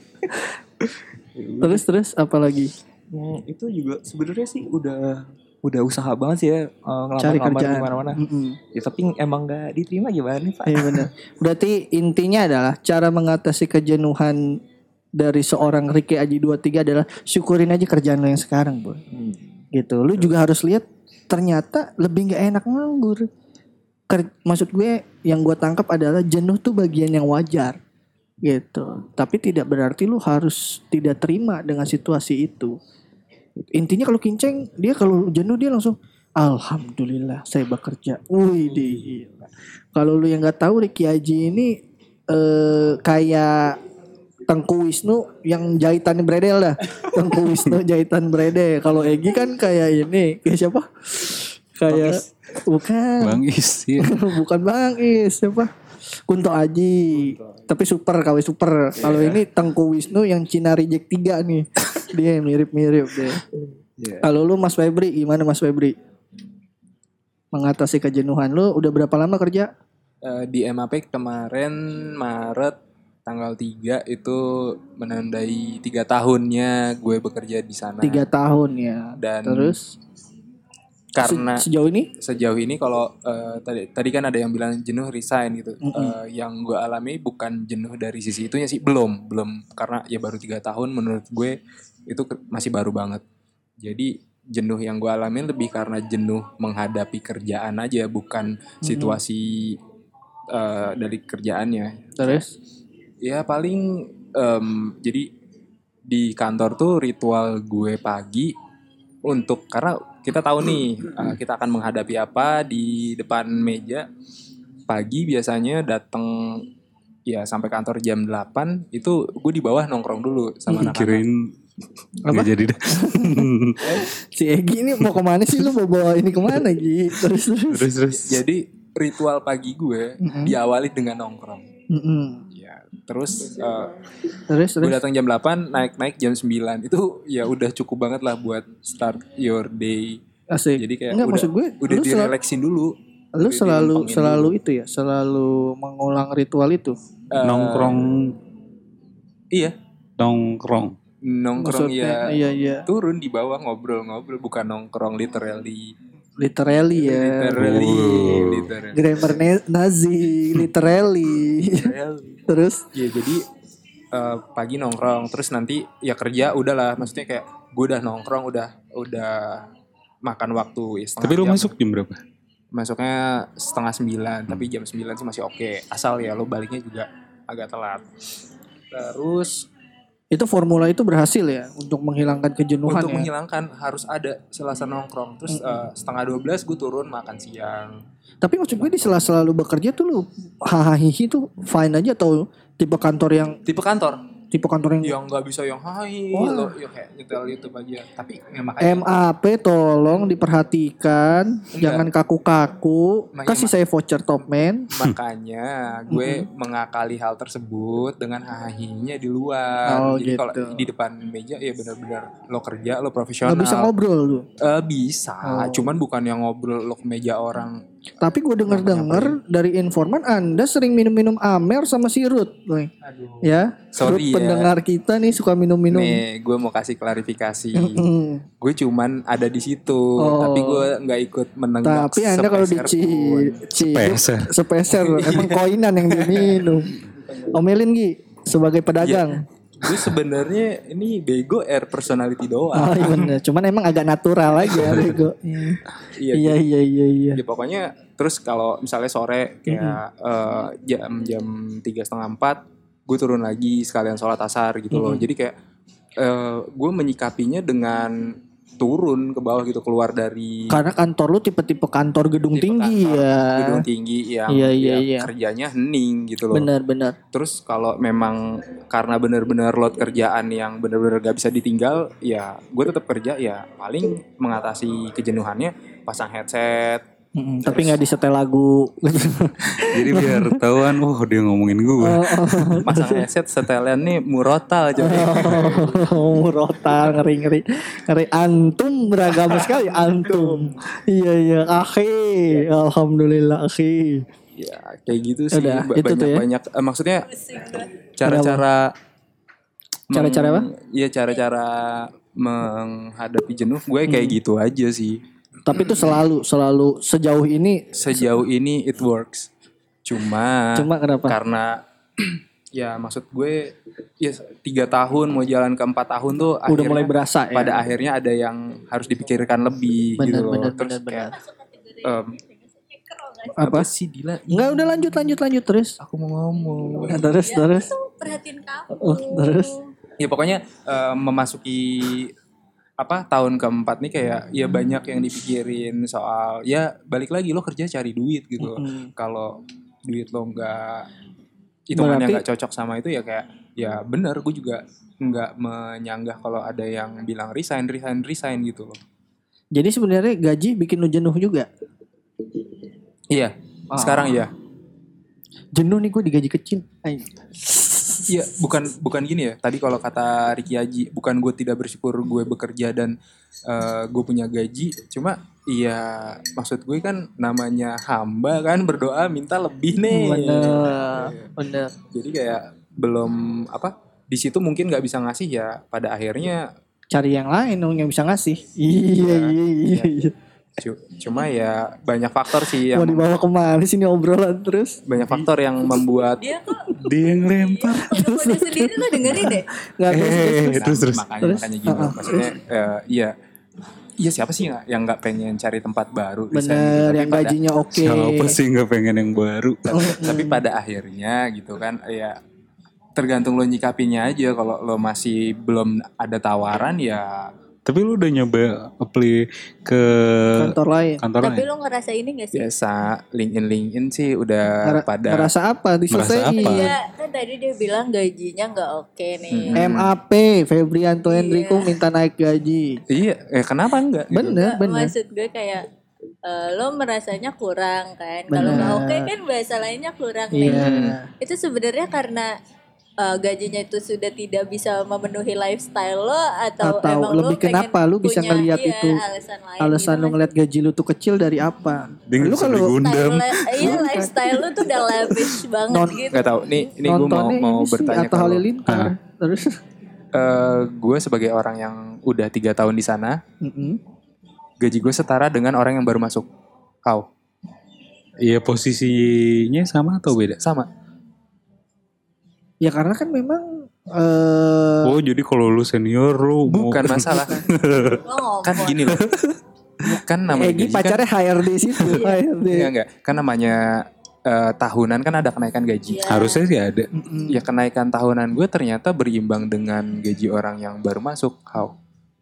C: Terus terus apa lagi?
G: Hmm, itu juga sebenarnya sih udah udah usaha banget sih ya eh,
C: Cari
G: ngelamar-ngelamar
C: kerjaan.
G: di mana-mana.
C: Mm-mm.
G: Ya tapi emang nggak diterima gimana nih Pak?
C: Iya benar. Berarti intinya adalah cara mengatasi kejenuhan dari seorang Ricky Aji dua puluh tiga adalah syukurin aja kerjaan lo yang sekarang, Bro.
G: Hmm.
C: Gitu. Lu juga harus lihat ternyata lebih nggak enak nganggur. Ker- maksud gue yang gue tangkap adalah jenuh tuh bagian yang wajar. Gitu. Tapi tidak berarti lu harus tidak terima dengan situasi itu. Intinya kalau kinceng dia kalau jenuh dia langsung alhamdulillah saya bekerja. Wih deh. Kalau lu yang nggak tahu Ricky Aji ini eh, kayak Tengku Wisnu yang jahitan bredel dah. Tengku Wisnu jahitan bredel. Kalau Egi kan kayak ini, kayak siapa? Kayak bukan.
F: Bang Is ya.
C: Bukan Bang Is, siapa? Kunto Aji. Tapi super, K W super. Kalau ini Tengku Wisnu yang Cina Reject tiga nih. Dia mirip-mirip deh.
G: Yeah.
C: Kalau lu Mas Febri, gimana Mas Febri? Mengatasi kejenuhan lu udah berapa lama kerja?
D: Eh, di M A P kemarin Maret tanggal tiga itu menandai tiga tahunnya gue bekerja di sana.
C: Tiga tahun ya.
D: Dan
C: Terus
D: karena
C: se- sejauh ini?
D: sejauh ini kalau eh, tadi tadi kan ada yang bilang jenuh resign gitu.
C: Mm-mm.
D: Eh, yang gue alami bukan jenuh dari sisi itunya sih, belum belum karena ya baru tiga tahun menurut gue itu ke- masih baru banget. Jadi jenuh yang gue alami lebih karena jenuh menghadapi kerjaan aja, bukan situasi uh, dari kerjaannya.
C: Terus?
D: Ya paling em, jadi di kantor tuh ritual gue pagi untuk karena kita tahu nih uh, kita akan menghadapi apa di depan meja. Pagi biasanya datang ya sampai kantor jam delapan itu gue di bawah nongkrong dulu sama anak-anak.
F: Kirain nggak jadi dah.
C: Si Egi ini mau kemana sih, lu mau bawa ini kemana Gi? Terus terus.
F: Terus terus.
D: Jadi ritual pagi gue
C: Mm-mm.
D: diawali dengan nongkrong.
C: Mm-mm.
D: Ya, terus uh,
C: Terus
D: gue
C: terus.
D: datang jam delapan, naik-naik jam sembilan. Itu ya udah cukup banget lah buat start your day.
C: Asik.
D: Jadi kayak
C: Enggak,
D: udah,
C: maksud gue,
D: udah
C: lu selalu,
D: direlaksin dulu.
C: lu
D: Udah
C: selalu
D: dilempengin
C: selalu
D: dulu.
C: itu ya, selalu mengulang ritual itu.
D: Eh,
F: Nongkrong,
D: Iya,
F: nongkrong.
D: nongkrong
C: Maksudnya,
D: ya
C: iya iya,
D: turun di bawah ngobrol-ngobrol, bukan nongkrong literally.
C: literally ya.
D: Literally,
F: Oh.
D: literally.
C: Grammar ne- Nazi, literally. Terus
D: Ya jadi eh, pagi nongkrong, terus nanti ya kerja udahlah, maksudnya kayak gue udah nongkrong, udah udah makan waktu ya, setengah
F: Tapi lu
D: jam.
F: masuk jam berapa?
D: Masuknya setengah sembilan, tapi jam sembilan sih masih oke. Asal ya lo baliknya juga agak telat. Terus
C: itu formula itu berhasil ya untuk menghilangkan kejenuhan
D: untuk
C: ya.
D: menghilangkan harus ada selasa nongkrong. Terus eh, setengah dua belas gue turun makan siang.
C: Tapi maksud gue di sela-sela lu bekerja tuh lu hahaha tuh fine aja, atau tipe kantor yang
D: Tipe kantor
C: tipe kantor yang
D: yang nggak bisa yang hai
C: Wah.
D: lo ya kayak nyetel YouTube aja. Tapi ya makanya
C: M A P tolong diperhatikan,
D: Enggak.
C: jangan kaku-kaku.
D: Ma-
C: Kasih
D: ma-
C: saya voucher top man.
D: makanya gue mengakali hal tersebut dengan hahinya di luar.
C: Oh,
D: Jadi
C: gitu.
D: kalau di depan meja ya benar-benar lo kerja, lo profesional.
C: Gak bisa ngobrol lu.
D: Eh, bisa,
C: Oh.
D: cuman bukan yang ngobrol lo ke meja orang.
C: Tapi gue denger-denger dari informan Anda sering minum-minum Amer sama sirut, boy.
D: Aduh.
C: Ya,
D: Sorry
C: Ruth,
D: ya.
C: pendengar kita nih suka minum-minum.
D: Nih, gue mau kasih klarifikasi.
C: Mm.
D: Gue cuman ada di situ,
C: Oh.
D: tapi gue nggak ikut menenggak.
C: Tapi Anda kalau
D: sepeser
C: dici,
D: pun.
C: ci-
F: Sepeser.
C: sepeser, emang koinan yang diminum. Omelin Gi, sebagai pedagang.
D: Gue sebenarnya ini bego air personality doang.
C: Oh iya bener, cuman emang agak natural aja bego.
D: Iya,
C: Iya iya iya iya.
D: Ya pokoknya terus kalau misalnya sore kayak eh, jam jam tiga setengah empat, gue turun lagi sekalian sholat asar gitu loh. Jadi kayak eh, gue menyikapinya dengan turun ke bawah gitu, keluar dari
C: Karena kantor lu tipe-tipe kantor gedung
D: tipe
C: tinggi
D: kantor,
C: ya.
D: gedung tinggi yang
C: Iya, iya,
D: yang
C: iya.
D: kerjanya hening gitu loh.
C: Benar-benar.
D: Terus kalau memang karena benar-benar load kerjaan yang benar-benar gak bisa ditinggal, ya gue tetap kerja, ya paling mengatasi kejenuhannya pasang headset.
C: Mm-mm, tapi nggak disetel lagu.
F: Jadi biar tahuan, oh dia ngomongin gue.
D: Pasang headset setelan nih murotal coy.
C: Oh, murotal, ngeri ngeri ngeri. Antum beragama sekali antum. Iya iya, akhi. Alhamdulillah akhi.
D: Ya kayak gitu sih.
C: Udah,
D: Ba-
C: itu tuh ya.
D: banyak-banyak eh, maksudnya cara-cara
C: Cara-cara apa?
D: Iya, cara-cara menghadapi jenuh gue kayak
C: Hmm.
D: gitu aja sih.
C: Tapi itu selalu selalu sejauh ini.
D: Sejauh ini it works. Cuma
C: Cuma kenapa?
D: karena ya maksud gue ya tiga tahun mau jalan ke empat tahun tuh
C: Udah
D: akhirnya
C: mulai berasa ya.
D: pada akhirnya ada yang harus dipikirkan lebih
C: Benar,
D: gitu loh.
C: benar,
D: Terus
C: benar,
D: kayak
C: benar.
D: em,
C: Apa?
D: apa sih Dila?
C: Enggak, udah lanjut lanjut lanjut terus.
D: Aku mau ngomong.
C: Nah, terus terus.
E: Perhatiin kamu.
C: Oh, terus.
D: Ya pokoknya em, memasuki apa tahun keempat nih kayak ya banyak yang dipikirin soal ya balik lagi lo kerja cari duit gitu loh.
C: Mm-mm.
D: Kalau duit lo nggak hitungannya
C: Berarti-
D: nggak cocok sama itu ya kayak ya bener gue juga nggak menyanggah kalau ada yang bilang resign resign resign gitu loh.
C: Jadi sebenarnya gaji bikin lu jenuh juga.
D: Iya
C: Ah.
D: sekarang iya.
C: Jenuh nih gue digaji kecil. Ay.
D: Iya bukan bukan gini ya. Tadi kalau kata Ricky Haji bukan gue tidak bersyukur gue bekerja dan eh, gue punya gaji. Cuma iya maksud gue kan namanya hamba kan berdoa minta lebih nih.
C: Bener, bener.
D: Jadi kayak belum apa di situ mungkin nggak bisa ngasih ya pada akhirnya
C: Cari yang lain dong yang bisa ngasih. Iya iya iya. iya.
D: cu- cuma ya banyak faktor sih
C: Mau
D: yang
C: dibawa kemana sih ini obrolan terus?
D: banyak faktor yang membuat
E: Dia kok
F: Dia yang lempar.
E: udah sendiri lo dengerin deh.
C: Nggak terus, terus,
F: Eh,
C: terus.
F: terus terus.
D: makanya
C: Terus?
D: makanya gitu
C: Uh-uh.
D: maksudnya eh, iya iya siapa sih nggak yang nggak pengen cari tempat baru di sana gitu.
C: Bener,
D: Tapi
C: yang
D: pada-
C: gajinya oke.
F: Siapa sih nggak pengen yang baru?
D: tapi, tapi pada akhirnya gitu kan ya tergantung lo nyikapinya aja. Kalau lo masih belum ada tawaran ya
F: Tapi lu udah nyoba apply ke
C: Kantor lain.
F: kantor
E: Tapi
F: lain?
E: lo ngerasa ini gak sih?
D: biasa LinkedIn LinkedIn sih udah
C: Ngera-
D: pada
C: Merasa apa? Diselesaiin.
F: apa?
E: Iya, kan tadi dia bilang gajinya nggak oke nih.
D: Hmm.
C: M A P Febrianto
E: Iya.
C: Enrico minta naik gaji.
D: iya eh kenapa enggak gitu?
C: Bener,
E: Nggak,
C: bener.
E: maksud gue kayak eh, lo merasanya kurang kan. Kalau
C: Bener.
E: nggak oke kan bahasa lainnya kurang
C: Iya.
E: nih. Itu sebenarnya karena eh, gajinya itu sudah tidak bisa memenuhi lifestyle lo atau,
C: Atau
E: emang
C: lebih
E: lo pengen
C: kenapa lu bisa
E: punya,
C: ngelihat
E: iya,
C: itu
E: alasan lain
C: alasan
E: gitu
C: lu
E: kan.
C: ngeliat gaji lu tuh kecil dari apa?
F: Dia nggak
C: Lu
F: bisa beli
C: kalau
F: Gundam.
E: Style- iya lifestyle lu tuh udah lavish banget
C: Non-
E: gitu.
D: Nggak tahu nih ini gue mau
C: nontonnya
D: mau
C: ini sih
D: bertanya
C: Atta
D: ke lo.
C: Halilintar.
F: Ah.
C: Terus
D: Eh, gue sebagai orang yang udah tiga tahun di sana,
C: Mm-mm.
D: gaji gue setara dengan orang yang baru masuk. Kau
F: Iya posisinya sama atau beda?
D: sama.
C: Ya karena kan memang eh
F: Oh jadi kalau lu senior lu mau-
D: Bukan masalah.
E: Lo ngomong.
D: Kan gini loh. Kan namanya
C: Egi
D: gaji kan
C: pacarnya H R D situ. H R D.
D: Enggak, enggak. Kan namanya eh, tahunan kan ada kenaikan gaji.
E: Iya.
F: Harusnya sih ada.
C: Mm-mm.
D: Ya kenaikan tahunan gue ternyata berimbang dengan gaji orang yang baru masuk. How?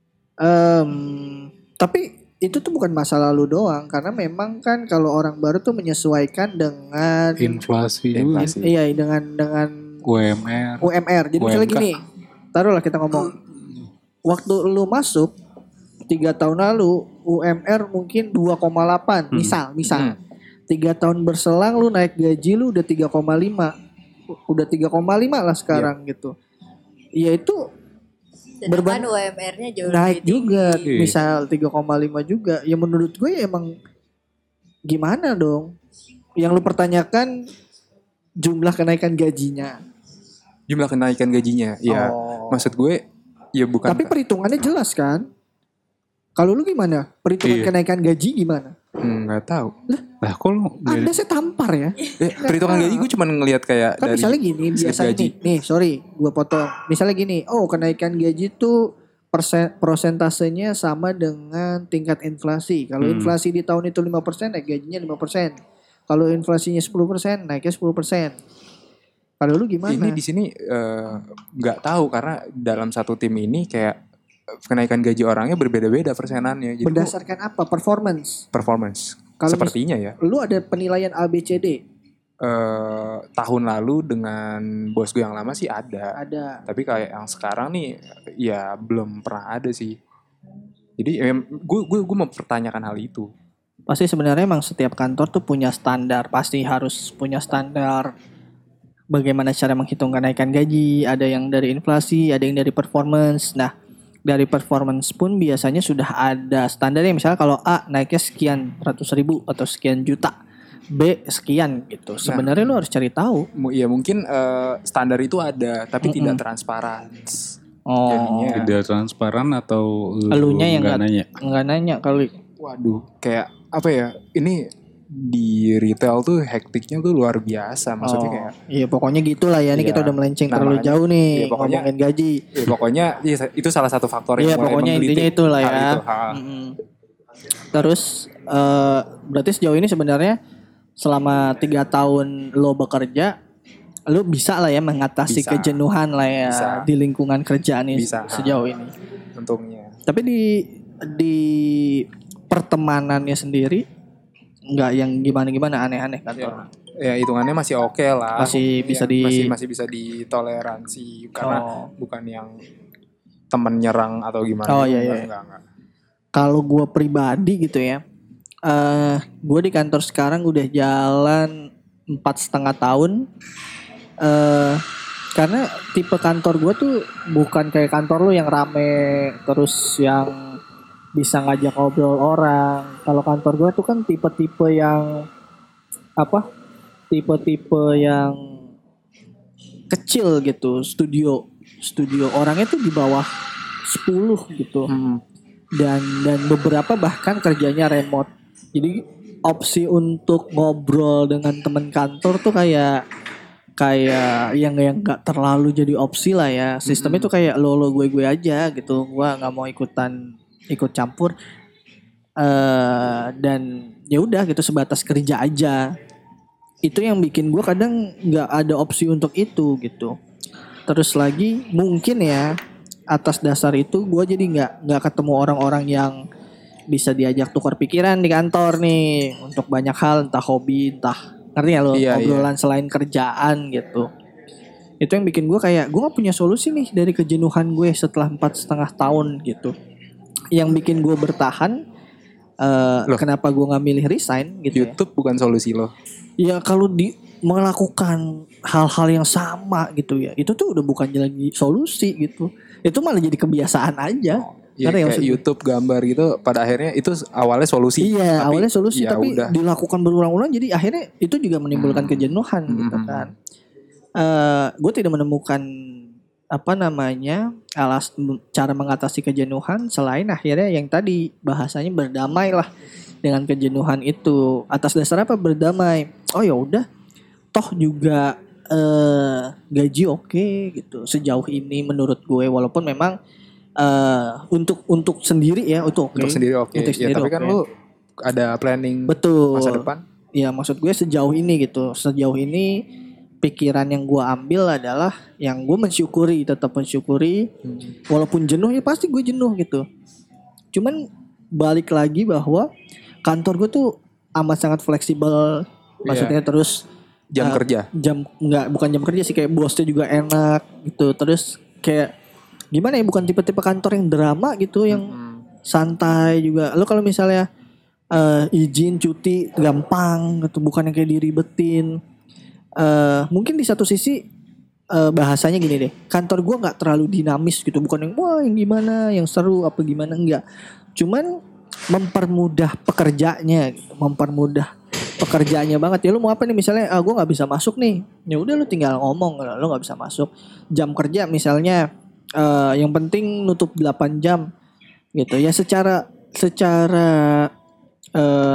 C: Em, tapi itu tuh bukan masa lalu doang karena memang kan kalau orang baru tuh menyesuaikan dengan
F: Inflasi juga.
D: Inflasi.
C: iya dengan dengan
F: U M R.
C: U M R. Jadi misalnya
F: U M K.
C: gini, taruhlah kita ngomong waktu lu masuk tiga tahun lalu U M R mungkin dua koma delapan misal misal
D: Hmm.
C: tiga tahun berselang lu naik gaji lu udah tiga koma lima udah tiga koma lima lah sekarang gitu. Ya itu
E: Sedangkan
C: berban-
E: U M R-nya jauh
C: naik
E: lebih
C: juga
F: tinggi.
C: misal tiga koma lima juga ya menurut gue ya emang gimana dong yang lu pertanyakan jumlah kenaikan gajinya
D: Jumlah kenaikan gajinya. Ya,
C: Oh.
D: maksud gue ya bukan
C: tapi perhitungannya jelas kan kalau lu gimana perhitungan
F: Iya.
C: kenaikan gaji gimana
D: Hmm, nggak tahu.
F: Lah kok lu
C: anda
F: beda?
C: saya tampar ya
D: Eh, perhitungan gaji gue cuma ngelihat kayak
C: kan
D: dari
C: misalnya gini
D: slip
C: biasanya
D: gaji.
C: nih nih sorry gue potong misalnya gini oh kenaikan gaji tuh persen prosentasenya sama dengan tingkat inflasi kalau
F: Hmm.
C: inflasi di tahun itu lima persen naik gajinya lima persen kalau inflasinya sepuluh persen naiknya sepuluh persen kalau lu gimana
D: Ini di sini eh, nggak tahu karena dalam satu tim ini kayak eh, kenaikan gaji orangnya berbeda-beda persenannya. Jadi gue
C: berdasarkan apa performance
D: performance.
C: Kalau
D: Sepertinya ya.
C: lu ada penilaian A B C D
D: Eh, tahun lalu dengan bos gue yang lama sih ada.
C: ada
D: Tapi kayak yang sekarang nih ya belum pernah ada sih. Jadi em, gue gue gue mempertanyakan hal itu.
C: pasti sebenarnya emang setiap kantor tuh punya standar pasti harus punya standar bagaimana cara menghitung kenaikan gaji ada yang dari inflasi ada yang dari performance nah dari performance pun biasanya sudah ada standarnya misalnya kalau A naiknya sekian ratus ribu atau sekian juta B sekian gitu sebenarnya lu harus cari tahu
D: Mu- Ya mungkin eh, standar itu ada tapi
C: Mm-mm.
D: tidak transparan.
C: oh
D: Jadinya-
F: Tidak transparan atau lu
C: Elunya yang
F: nggak
C: nggak-
F: nanya?
C: nggak nanya kali
D: Waduh, kayak apa ya? Ini di retail tuh hektiknya tuh luar biasa. Maksudnya
C: Oh,
D: kayak
C: iya pokoknya gitulah ya ini
D: Iya.
C: kita udah melenceng
D: Nah,
C: terlalu
D: makanya-
C: jauh nih
D: iya, pokoknya-
C: ngomongin gaji
D: ya pokoknya ya, itu salah satu faktor
C: Iya
D: yang mulai
C: pokoknya
D: menggelitik
C: intinya itulah
D: hal
C: ya.
D: itu. Ha.
C: Mm-mm. Terus eh, berarti sejauh ini sebenarnya selama tiga tahun lo bekerja, lo bisa lah ya mengatasi
D: Bisa.
C: kejenuhan lah ya
D: Bisa.
C: di lingkungan kerjaan ini
D: Bisa.
C: sejauh ini.
D: Untungnya.
C: Tapi di di pertemanannya sendiri nggak yang gimana-gimana aneh-aneh kantor.
D: Ya hitungannya masih oke lah.
C: Masih bisa
D: Ya,
C: di-
D: masih masih bisa ditoleransi karena
C: Oh.
D: bukan yang temen nyerang atau gimana.
C: Oh, iya,
D: Enggak,
C: iya.
D: enggak, enggak.
C: Kalau gue pribadi gitu ya, eh gue di kantor sekarang udah jalan empat setengah tahun. eh karena tipe kantor gue tuh bukan kayak kantor lu yang rame terus yang bisa ngajak ngobrol orang. Kalau kantor gue tuh kan tipe-tipe yang apa? Tipe-tipe yang kecil gitu, studio, studio orangnya tuh di bawah sepuluh gitu
D: Hmm.
C: dan dan beberapa bahkan kerjanya remote. Jadi opsi untuk ngobrol dengan teman kantor tuh kayak kayak yang yang nggak terlalu jadi opsi lah ya. Sistemnya tuh kayak lo lo gue gue aja gitu. Gua nggak mau ikutan ikut campur. uh, dan ya udah gitu sebatas kerja aja. Itu yang bikin gue kadang nggak ada opsi untuk itu gitu. Terus lagi mungkin ya atas dasar itu gue jadi nggak nggak ketemu orang-orang yang bisa diajak tukar pikiran di kantor nih untuk banyak hal, entah hobi, entah ngerti ya lo,
D: Iya,
C: obrolan selain kerjaan gitu. Itu yang bikin gue kayak gue gak punya solusi nih dari kejenuhan gue setelah empat setengah tahun gitu. Yang bikin gue bertahan, uh, kenapa gue gak milih resign gitu.
D: YouTube ya? Bukan solusi lo.
C: Ya kalau di melakukan hal-hal yang sama gitu ya, itu tuh udah bukan lagi solusi gitu. Itu malah jadi kebiasaan aja.
D: Ya, kayak YouTube gambar gitu pada akhirnya itu awalnya solusi.
C: Iya,
D: tapi,
C: awalnya solusi
D: ya
C: tapi
D: udah.
C: Dilakukan berulang-ulang jadi akhirnya itu juga menimbulkan hmm. kejenuhan hmm. gitu kan. Uh, gue tidak menemukan apa namanya alas cara mengatasi kejenuhan selain akhirnya yang tadi bahasanya berdamai lah dengan kejenuhan itu. Atas dasar apa berdamai? Oh ya udah, toh juga uh, gaji oke okay, gitu sejauh ini menurut gue walaupun memang Uh, untuk untuk sendiri ya itu oke.
D: Okay. Untuk sendiri oke. Okay. Ya, tapi okay. kan lu ada planning
C: betul
D: masa depan.
C: Ya maksud gue sejauh ini gitu. Sejauh ini pikiran yang gue ambil adalah yang gue mensyukuri, tetap mensyukuri hmm. walaupun jenuh ya pasti gue jenuh gitu. Cuman balik lagi bahwa kantor gue tuh amat sangat fleksibel. Maksudnya yeah. terus
D: jam uh, kerja.
C: Jam enggak bukan jam kerja sih, kayak bosnya juga enak gitu. Terus kayak gimana ya, bukan tipe-tipe kantor yang drama gitu, yang hmm. santai juga. Lo kalau misalnya uh, izin cuti gampang gitu, bukan yang kayak diribetin. Uh, mungkin di satu sisi uh, bahasanya gini deh, kantor gue nggak terlalu dinamis gitu, bukan yang wah yang gimana, yang seru apa gimana, enggak. Cuman mempermudah pekerjanya, gitu. mempermudah pekerjaannya banget. Ya lu mau apa nih misalnya, ah gue nggak bisa masuk nih, ya udah lu tinggal ngomong, lu nggak bisa masuk. Jam kerja misalnya. Uh, yang penting nutup delapan jam gitu ya, secara secara uh,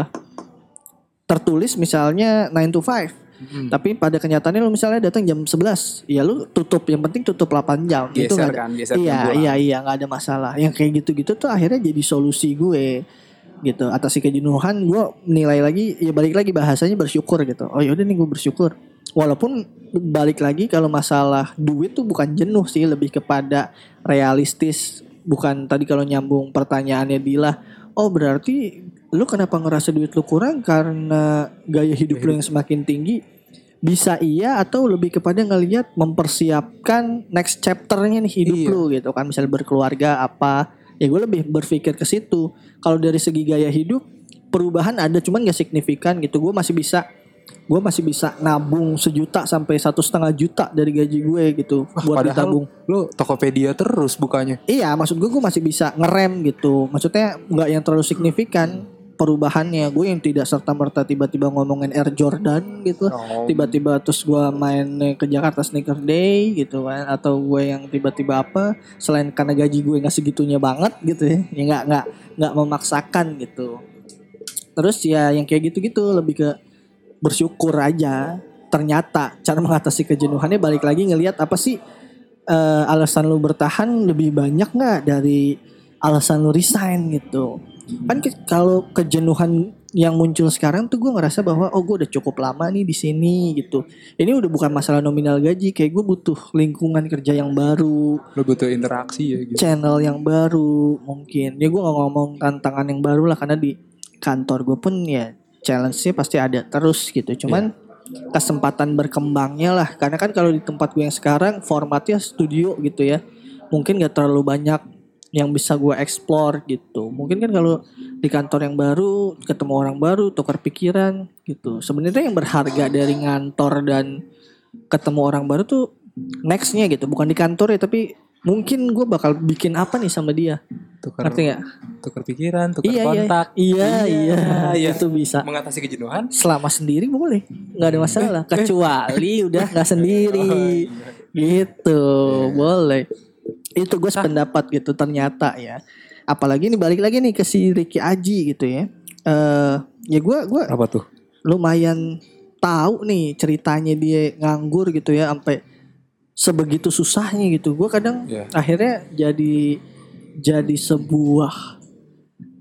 C: tertulis misalnya nine to five hmm. tapi pada kenyataannya lu misalnya datang jam sebelas, ya lu tutup, yang penting tutup delapan jam.
D: Geser
C: itu gak ada,
D: kan, geser
C: iya iya iya nggak ada masalah. Yang kayak gitu-gitu tuh akhirnya jadi solusi gue gitu atasi kejenuhan. Gue nilai lagi ya, balik lagi bahasanya bersyukur gitu. Oh yaudah nih gue bersyukur. Walaupun balik lagi kalau masalah duit tuh bukan jenuh sih, lebih kepada realistis. Bukan tadi kalau nyambung pertanyaannya Dila, oh berarti lu kenapa ngerasa duit lu kurang karena gaya hidup lu yang semakin tinggi? Bisa iya, atau lebih kepada ngelihat mempersiapkan next chapternya nih hidup iya. lu gitu kan, misalnya berkeluarga apa. Ya gue lebih berpikir ke situ. Kalau dari segi gaya hidup perubahan ada, cuman gak signifikan gitu. Gue masih bisa gue masih bisa nabung sejuta sampai satu setengah juta dari gaji gue gitu. Wah, buat ditabung.
D: Lu Tokopedia terus bukanya.
C: Iya, maksud gue gue masih bisa ngerem gitu. Maksudnya nggak yang terlalu signifikan perubahannya. Gue yang tidak serta merta tiba-tiba ngomongin Air Jordan gitu, oh. tiba-tiba terus gue main ke Jakarta Sneaker Day gitu kan, atau gue yang tiba-tiba apa, selain karena gaji gue nggak segitunya banget gitu ya, ya nggak nggak nggak memaksakan gitu. Terus ya yang kayak gitu-gitu lebih ke bersyukur aja. Ternyata cara mengatasi kejenuhannya balik lagi ngelihat apa sih uh, alasan lu bertahan lebih banyak nggak dari alasan lu resign gitu. Kan ke, kalau kejenuhan yang muncul sekarang tuh gue ngerasa bahwa oh gue udah cukup lama nih di sini gitu. Ini udah bukan masalah nominal gaji, kayak gue butuh lingkungan kerja yang baru,
D: lo butuh interaksi ya gitu.
C: Channel yang baru mungkin. Ya gue nggak ngomong tantangan yang baru lah, karena di kantor gue pun ya challenge-nya pasti ada terus gitu. Cuman yeah. kesempatan berkembangnya lah. Karena kan kalau di tempat gue yang sekarang formatnya studio gitu ya, mungkin gak terlalu banyak yang bisa gue explore gitu. Mungkin kan kalau di kantor yang baru, ketemu orang baru, tukar pikiran gitu. Sebenarnya yang berharga dari ngantor dan ketemu orang baru tuh next-nya gitu. Bukan di kantor ya, tapi mungkin gue bakal bikin apa nih sama dia. Tukar, ngerti gak?
D: Tukar pikiran, tukar
C: iya,
D: kontak.
C: Iya, iya, iya. Itu bisa.
D: Mengatasi kejenuhan.
C: Selama sendiri boleh, gak ada masalah. Kecuali udah gak sendiri. Oh, iya. Gitu, yeah. Boleh. Itu gue sependapat gitu ternyata ya. Apalagi nih balik lagi nih ke si Ricky Aji gitu ya. Uh, ya gue gue
D: apa tuh?
C: Lumayan tahu nih ceritanya dia nganggur gitu ya, sampai sebegitu susahnya gitu. Gue kadang yeah. akhirnya jadi jadi sebuah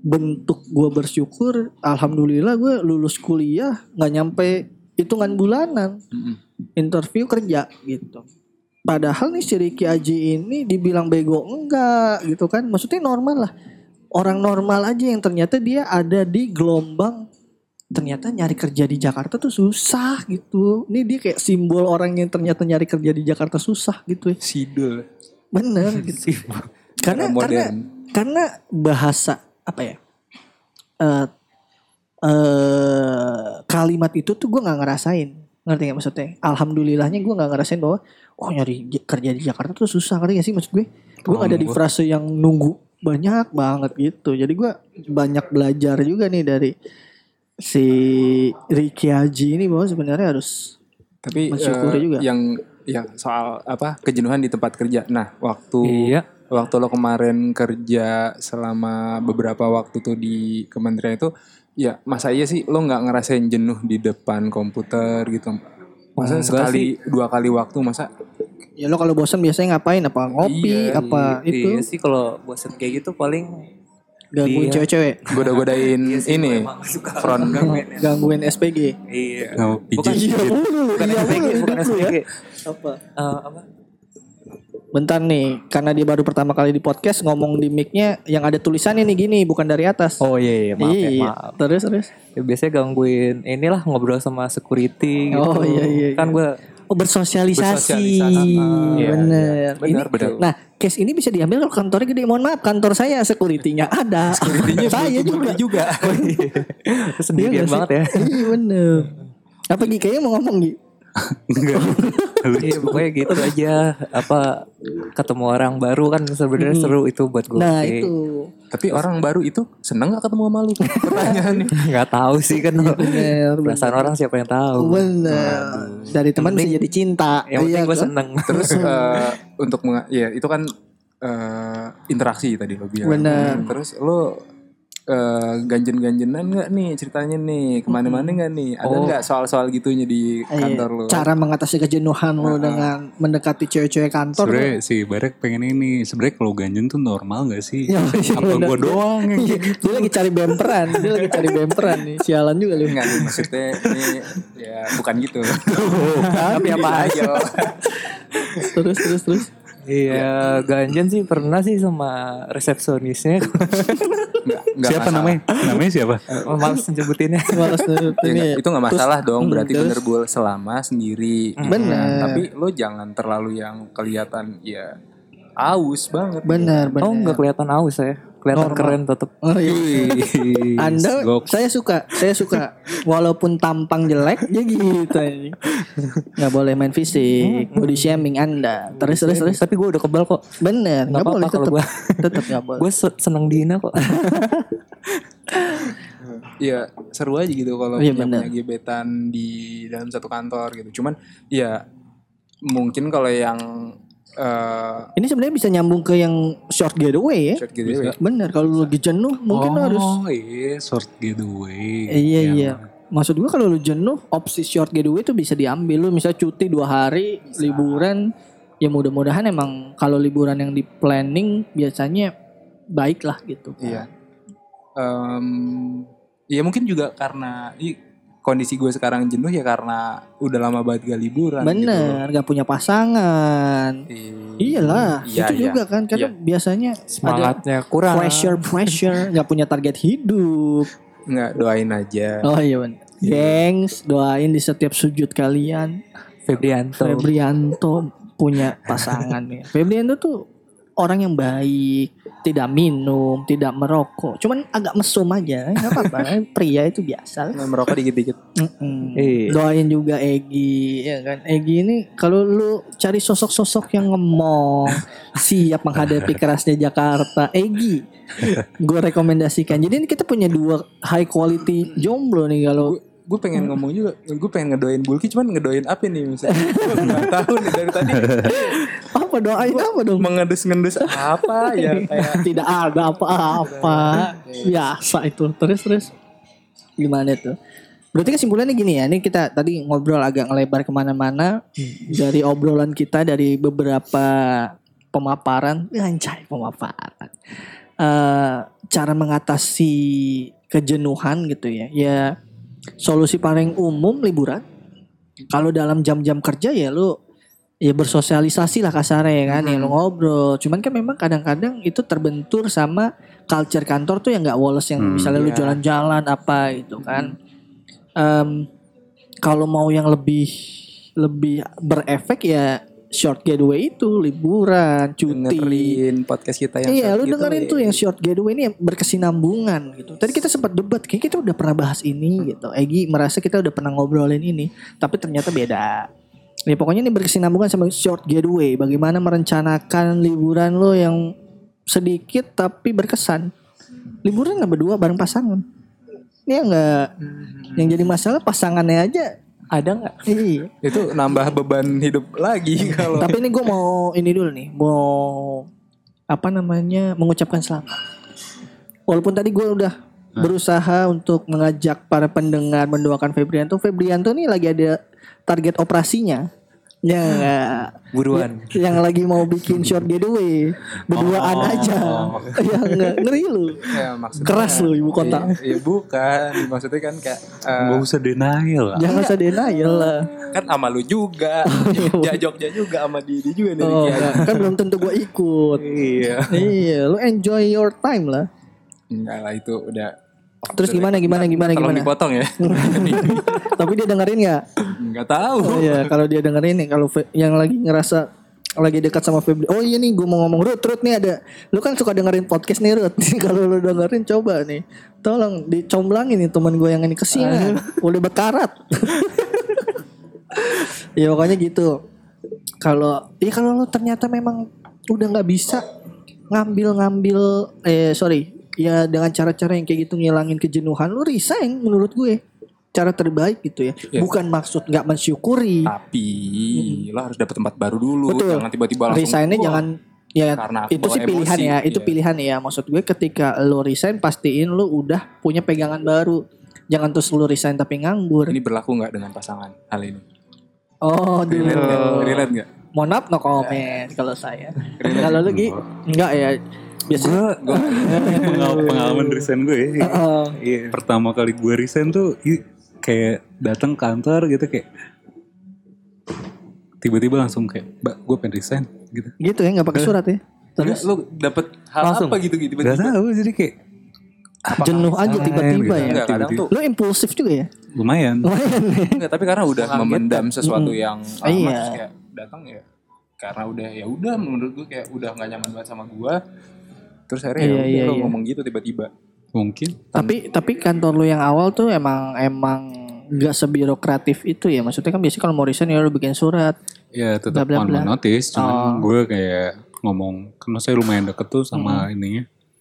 C: bentuk gue bersyukur, alhamdulillah gue lulus kuliah nggak nyampe hitungan bulanan interview kerja gitu. Padahal nih si Ricky Aji ini dibilang bego enggak gitu kan, maksudnya normal lah, orang normal aja yang ternyata dia ada di gelombang, ternyata nyari kerja di Jakarta tuh susah gitu. Ini dia kayak simbol orang yang ternyata nyari kerja di Jakarta susah gitu ya.
D: Sidul.
C: Bener gitu. karena karena karena bahasa apa ya? Uh, uh, kalimat itu tuh gue nggak ngerasain, ngerti nggak maksudnya? Alhamdulillahnya gue nggak ngerasain bahwa oh nyari kerja di Jakarta tuh susah, ngerti gak sih maksud gue? Gue nggak ada di frase yang nunggu banyak banget gitu. Jadi gue banyak belajar juga nih dari si Ricky Haji ini bahwa sebenarnya harus
D: tapi
C: mensyukuri
D: uh,
C: juga.
D: Yang yang soal apa kejenuhan di tempat kerja. Nah waktu
G: Iya.
D: waktu lo kemarin kerja selama beberapa waktu tuh di kementerian itu, ya masa iya sih lo nggak ngerasain jenuh di depan komputer gitu? Masa
G: Enggak
D: sekali dua kali waktu masa?
C: Ya lo kalau bosan biasanya ngapain? Apa ngopi?
D: Iya,
C: apa
G: Iya,
C: itu?
G: iya sih kalau bosen kayak gitu paling
C: Gangguin
G: Iya.
C: cewek-cewek?
D: Goda-godain
G: Iya sih,
D: ini
G: gua emang suka
D: front.
G: gangguin.
C: Gangguin S P G?
G: Iya.
F: Nggak
G: Bukan
F: pijit.
C: Iya mulu,
G: bukan
C: iya
G: S P G,
C: mulu
G: bukan
C: hidup
G: S
C: lu
G: P G.
C: ya. Apa?
G: Eh, apa?
C: Bentar nih, karena dia baru pertama kali di podcast ngomong di mic-nya yang ada tulisannya nih gini, bukan dari atas.
G: Oh iya, iya maaf ya,
C: iya,
G: maaf.
C: terus terus.
G: Ya, biasanya gangguin inilah ngobrol sama security gitu.
C: Oh, iya, iya,
G: Kan
C: iya.
G: gue
C: Oh bersosialisasi,
D: Bersosialisasi.
G: Iya,
C: bener.
D: Benar,
C: Ini,
D: benar.
C: nah case ini bisa diambil kalau kantornya gede. Mohon maaf, kantor saya security-nya ada.
D: Security-nya
C: saya juga.
D: juga.
G: sendirian
C: Iya nggak sih?
G: banget ya.
C: Iya bener. Apa Gi? Kayaknya mau ngomong Gi?
F: Enggak.
G: Iya pokoknya gitu aja. Apa ketemu orang baru kan sebenarnya
C: Hmm.
G: seru itu buat gue.
C: Nah itu.
D: Tapi orang baru itu seneng gak ketemu sama lu? Pertanyaannya.
G: Nggak tahu sih kan.
C: Bener.
G: Perasaan orang siapa yang tahu.
C: Bener. Dari teman bisa jadi cinta.
G: Yang penting
C: Iya
G: gue
C: kan?
G: seneng.
D: Terus eh, untuk menga- ya itu kan eh, interaksi tadi lo bilang.
C: Benar.
D: Terus lo eh, ganjen-ganjenan nggak nih ceritanya nih kemana-mana nggak nih? Ada
G: Oh.
D: nggak soal-soal gitunya di
C: Iya.
D: kantor lo?
C: Cara mengatasi kejenuhan lo dengan mendekati cewek-cewek kantor.
F: Sebenernya si Barek pengen ini. Sebenernya kalau ganjen tuh normal gak sih?
C: Ya, iya,
F: Apa
C: bener.
F: gue doang yang
C: Iya, dia lagi cari bemperan, dia lagi cari bemperan nih. Sialan juga lu.
D: Enggak nih maksudnya ini ya bukan gitu.
G: Tapi apa aja.
C: Terus terus terus.
G: Iya, ganjen sih pernah sih sama resepsionisnya.
D: Nggak, nggak
F: siapa
D: masalah.
F: namanya? Namanya siapa?
G: Oh, males nyebutinnya.
C: Malas
D: Ya,
C: ini.
D: nggak, itu nggak masalah
C: Terus,
D: dong.
C: hmm,
D: Berarti
C: terus.
D: bener gue selama sendiri.
C: Bener.
D: Nah, tapi lo jangan terlalu yang kelihatan ya aus banget.
C: Benar, benar.
G: Oh nggak kelihatan aus ya. Kelihatan
C: Normal.
G: keren tetap.
C: Oh, iya. Anda
F: Goks.
C: saya suka, saya suka walaupun tampang jelek ya gitu anjing. Nggak boleh main fisik, body shaming Anda. Terus terus terus.
G: Tapi gue udah kebal kok.
C: Bener, nggak
G: Nggak
C: boleh
G: apa-apa kalau
C: tetap.
G: gua.
C: Tetap nggak boleh.
G: Gue seneng dihina kok.
D: Ya seru aja gitu kalau
C: Iya,
D: punya,
C: bener.
D: punya gebetan di dalam satu kantor gitu. Cuman ya mungkin kalau yang eh
C: Ini sebenarnya bisa nyambung ke yang short getaway ya.
D: short gitu ya.
C: Bener, kalau lu lagi jenuh mungkin
F: oh,
C: harus.
F: iya, short getaway.
C: Iya
F: Yang-
C: iya. Maksud gua kalau lu jenuh, opsi short getaway itu bisa diambil. Lu misalnya cuti dua hari, liburan. Ya mudah-mudahan emang kalau liburan yang di planning biasanya baik lah gitu.
D: Iya. Em, ya mungkin juga karena i, kondisi gue sekarang jenuh ya karena udah lama banget gak liburan.
C: Bener, gak punya pasangan.
D: Gitu.
C: Iyalah,
D: Iya,
C: itu
D: iya.
C: juga kan karena
D: Iya.
C: biasanya
G: Semangatnya
C: ada
G: kurang.
C: pressure pressure, nggak punya target hidup.
D: Nggak, doain aja.
C: Oh iya bener. Gengs, doain di setiap sujud kalian
G: Febrianto.
C: Febrianto punya pasangan ya. Febrianto tuh orang yang baik, tidak minum, tidak merokok, cuman agak mesum aja, nggak apa-apa. Pria itu biasa.
D: Nggak merokok dikit-dikit.
C: Mm-mm.
G: Iya.
C: Doain juga Egi, ya kan? Egi ini kalau lu cari sosok-sosok yang ngemong, siap menghadapi kerasnya Jakarta, Egi, gue rekomendasikan. Jadi ini kita punya dua high quality jomblo nih kalau.
D: Gue pengen ngomong juga, gue pengen ngedoain Bulky, cuman ngedoain apa nih misalnya? Gue nggak tahu nih dari tadi.
C: Apa doain apa dong?
D: Mengendus-ngendus apa ya kayak
C: Tidak ada apa-apa. Biasa itu. Terus terus. Gimana tuh? Berarti kesimpulannya gini ya. Ini kita tadi ngobrol agak ngelebar kemana-mana. Dari obrolan kita dari beberapa pemaparan. Anjay pemaparan. uh, cara mengatasi kejenuhan gitu ya. Ya solusi paling umum liburan. Kalau dalam jam-jam kerja ya lu ya bersosialisasi lah kasarnya ya kan, ya lu ngobrol. Cuman kan memang kadang-kadang itu terbentur sama culture kantor tuh yang nggak woles yang
F: Hmm,
C: misalnya lu
D: iya.
C: jalan-jalan apa gitu kan. Um, kalau mau yang lebih lebih berefek ya short getaway itu liburan, cuti.
D: Dengerin podcast kita yang
C: Iya,
D: short
C: lu
D: gitu
C: dengerin
D: ya.
C: tuh yang short getaway ini yang berkesinambungan gitu. Tadi kita sempat debat, kayak kita udah pernah bahas ini gitu. Egi merasa kita udah pernah ngobrolin ini, tapi ternyata beda. Ya pokoknya ini berkesinambungan sama short getaway. Bagaimana merencanakan liburan lo yang sedikit tapi berkesan. Liburan nggak berdua bareng pasangan. Ini nggak. Yang jadi masalah pasangannya aja.
D: Ada nggak?
C: Iya.
D: Itu nambah beban hidup lagi kalau.
C: Tapi ini gue mau ini dulu nih, mau apa namanya mengucapkan selamat. Walaupun tadi gue udah berusaha untuk mengajak para pendengar mendoakan Febrianto. Febrianto nih lagi ada target operasinya. Ya,
D: Buruan.
C: yang lagi mau bikin short getaway berduaan
F: Oh.
C: aja. Ya nggak ngeri lu.
D: Ya, maksudnya,
C: Keras lu ibu kota.
D: Iya, iya, bukan. Maksudnya kan kayak eh,
F: Gak usah denial lah.
C: Jangan usah denial lah.
D: kan sama lu juga. Jogja Jogja juga sama Didi juga nih.
C: Oh,
D: Ricky.
C: enggak. Kan belum tentu gue ikut.
D: Iya.
C: Iya, lu enjoy your time lah.
D: Enggak lah itu udah.
C: Terus gimana gimana gimana
D: Tolong
C: gimana?
D: dipotong ya.
C: Tapi dia dengerin nggak?
D: Enggak tahu.
C: Oh iya, kalau dia dengerin nih, kalau Fe- yang lagi ngerasa lagi dekat sama Febri. Oh iya nih, gue mau ngomong Ruth, Ruth nih ada. Lu kan suka dengerin podcast nih Ruth. Kalau lu dengerin coba nih, tolong dicomblangin nih teman gue yang ini kesian, udah berkarat. Ya pokoknya gitu. Kalau, ya kalau lu ternyata memang udah nggak bisa ngambil-ngambil, eh sorry, ya dengan cara-cara yang kayak gitu ngilangin kejenuhan, lu resign menurut gue. Cara terbaik gitu ya.
D: Ya.
C: Bukan maksud nggak mensyukuri.
D: Tapi lo harus dapet tempat baru dulu.
C: Betul.
D: Jangan tiba-tiba langsung.
C: Resignnya
D: "Wah,
C: jangan ya
D: Karena aku
C: itu
D: bawa
C: sih pilihan
D: emosi.
C: ya, itu
D: Iya.
C: pilihan ya. Maksud gue ketika lo resign pastiin lo udah punya pegangan baru. Jangan terus lo resign tapi nganggur.
D: Ini berlaku nggak dengan pasangan hal ini?
C: Oh, dulu.
D: Relate nggak? Relate nggak?
C: Mohon maaf no comment kalau saya. Kalau lu Gi, enggak ya. Biasanya
F: Gue pengalaman, pengalaman resign gue ya.
C: Heeh.
F: Iya. Pertama kali gue resign tuh i- kayak datang kantor gitu kayak tiba-tiba langsung kayak, "Mbak, gue pengen resign." gitu.
C: gitu ya, enggak pakai surat ya.
D: Terus
C: Terus
D: lo dapet hal
C: Langsung.
D: apa gitu gitu
F: Gak
D: tiba-tiba?
F: tahu jadi kayak
C: jenuh aja
F: resign
C: tiba-tiba
F: gitu.
C: ya.
D: Enggak, kadang
F: tiba-tiba.
D: tuh
C: Lu impulsif juga ya?
F: lumayan.
C: Lumayan ya.
D: enggak, tapi karena udah
C: Mengagetkan.
D: memendam sesuatu
C: Mm-mm.
D: yang lama
C: Iya.
D: terus kayak datang ya karena udah ya udah menurut gue kayak udah nggak nyaman banget sama gue. Terus akhirnya
C: Iya,
D: ya udah
C: iya,
D: lo
C: iya.
D: ngomong gitu tiba-tiba.
F: Mungkin.
C: Tapi tapi kantor lu yang awal tuh emang emang nggak sebirokratif itu ya. Maksudnya kan biasanya kalau mau resign ya lu bikin surat.
F: Ya tetap
C: Bla, bla,
F: one
C: bla.
F: man notice.
C: Oh.
F: Cuman gue kayak ngomong, karena saya lumayan deket tuh sama ininya.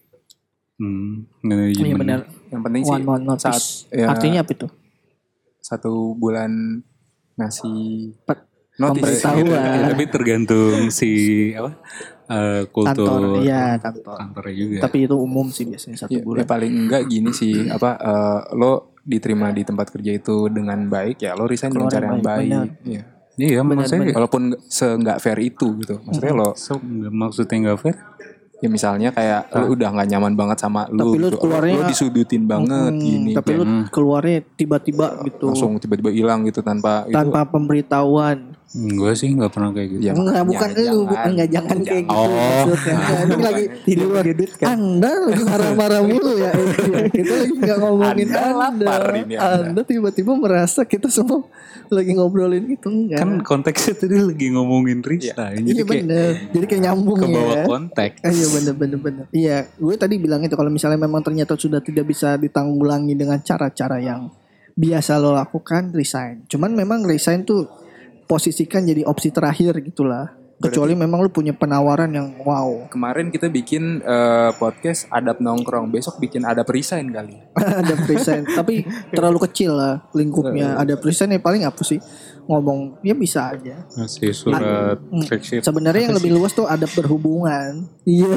F: Hmm,
C: Iya
F: manajemen.
C: benar.
D: Yang penting sih
C: One month notice.
D: saat ya,
C: Artinya apa itu?
D: satu bulan ngasih
C: Pe-
D: notice.
C: pemberitahuan.
F: Ya, tapi tergantung si apa eh, kultur
C: Kantor, iya kantor.
F: kantornya juga.
C: Tapi itu umum sih biasanya satu
D: Ya,
C: bulan.
D: ya paling enggak gini sih apa eh, lo diterima di tempat kerja itu dengan baik ya lo resign dengan
C: Keluar
D: cara yang
C: yang baik,
D: baik. Iya.
F: Iya, maksudnya
D: Walaupun se nggak fair itu gitu. Maksudnya lo
F: so, nggak- maksudnya nggak fair.
D: ya misalnya kayak lo udah nggak nyaman banget sama lo,
C: Tapi lu
D: gitu.
C: keluarnya-
D: lo disudutin banget
C: Hmm,
D: gini.
C: tapi lu
F: Hmm.
C: keluarnya tiba-tiba gitu.
D: langsung tiba-tiba hilang gitu tanpa
C: tanpa pemberitahuan.
F: Gue sih nggak pernah kayak gitu.
D: Ya,
C: Enggak,
D: makanya
C: bukan lu,
D: jangan.
C: bukan enggak jangan kayak gitu
F: Oh.
C: maksudnya. Enggak, ini lagi di luar. Anda lagi marah-marah mulu ya. Kita lagi enggak ngomongin
D: Anda
C: Anda.
D: lapar ini Anda.
C: Anda tiba-tiba merasa kita semua lagi ngobrolin itu enggak.
F: Kan konteksnya tadi lagi ngomongin resign. Jadi
C: iya
F: kayak
C: bener. Jadi kayak nyambung
F: ke bawah
C: ya.
F: konteks.
C: Ah, iya bener bener bener. Iya, gue tadi bilang itu kalau misalnya memang ternyata sudah tidak bisa ditanggulangi dengan cara-cara yang biasa lo lakukan, resign. Cuman memang resign tuh posisikan jadi opsi terakhir gitulah. Kecuali memang lu punya penawaran yang wow.
D: Kemarin kita bikin eh, podcast adab nongkrong, besok bikin adab resign kali.
C: Ada resign, tapi terlalu kecil lah lingkupnya. Ada resign ya paling apa sih? Ngomong ya bisa aja.
F: Ngasih surat
C: Hmm.
F: rejection.
C: Sebenarnya yang lebih luas tuh ada berhubungan. Iya.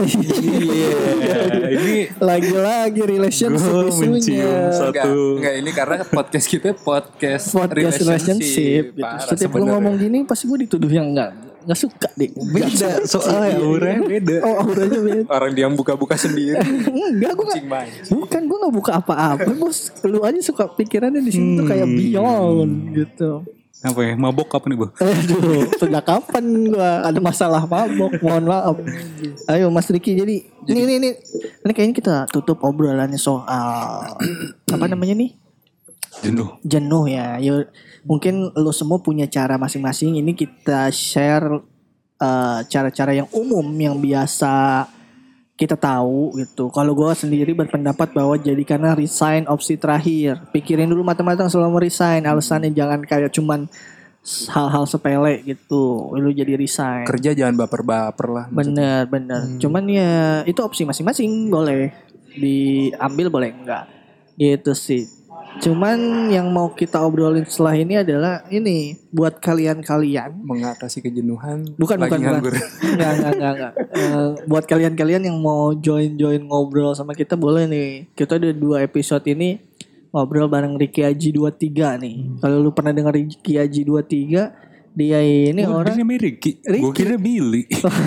F: Iya, ini
C: Lagi-lagi relationship
F: gue mencium
C: isunya.
D: Enggak,
F: satu.
D: enggak ini karena podcast kita podcast,
C: Podcast relationship gitu.
D: Parah,
C: Setiap lu
D: sebenarnya.
C: ngomong gini pasti gue dituduh yang enggak. nggak suka deh.
F: Beda soalnya auranya beda.
C: Oh auranya beda.
D: Orang dia yang buka-buka sendiri.
C: Enggak, gue
D: Kucing
C: nggak.
D: banget.
C: Bukan, gue nggak buka apa-apa, bos. Lu aja suka pikirannya di sini tuh kayak beyond gitu.
F: Apa ya? Mabok apa nih, Bu?
C: Aduh, sejak kapan gue ada masalah mabok? Mohon maaf. Ayo Mas Riki, jadi, ini ini ini ini kayaknya kita tutup obrolannya soal apa namanya nih?
F: Jenuh.
C: Jenuh ya. Yuk, mungkin lo semua punya cara masing-masing. Ini kita share uh, cara-cara yang umum yang biasa kita tahu gitu. Kalau gue sendiri berpendapat bahwa jadikanlah resign opsi terakhir. Pikirin dulu matang-matang sebelum resign. Alasannya jangan kayak cuman hal-hal sepele gitu. Lu jadi resign.
D: Kerja jangan baper-baper lah. maksudnya.
C: Bener bener. Cuman ya itu opsi masing-masing, boleh diambil boleh enggak. Gitu sih. Cuman yang mau kita obrolin setelah ini adalah ini buat kalian-kalian.
D: Mengatasi kejenuhan.
C: Bukan
D: lagi
C: bukan
D: nganggur.
C: bukan. Enggak enggak enggak. enggak. Eh, buat kalian-kalian yang mau join-join ngobrol sama kita boleh nih. Kita ada dua episode ini ngobrol bareng Ricky Aji dua puluh tiga nih. Kalau lu pernah dengar Ricky Aji dua puluh tiga, dia ini
F: Oh,
C: orang
F: dia namanya Ricky.
C: Ricky.
F: Gue kira Billy.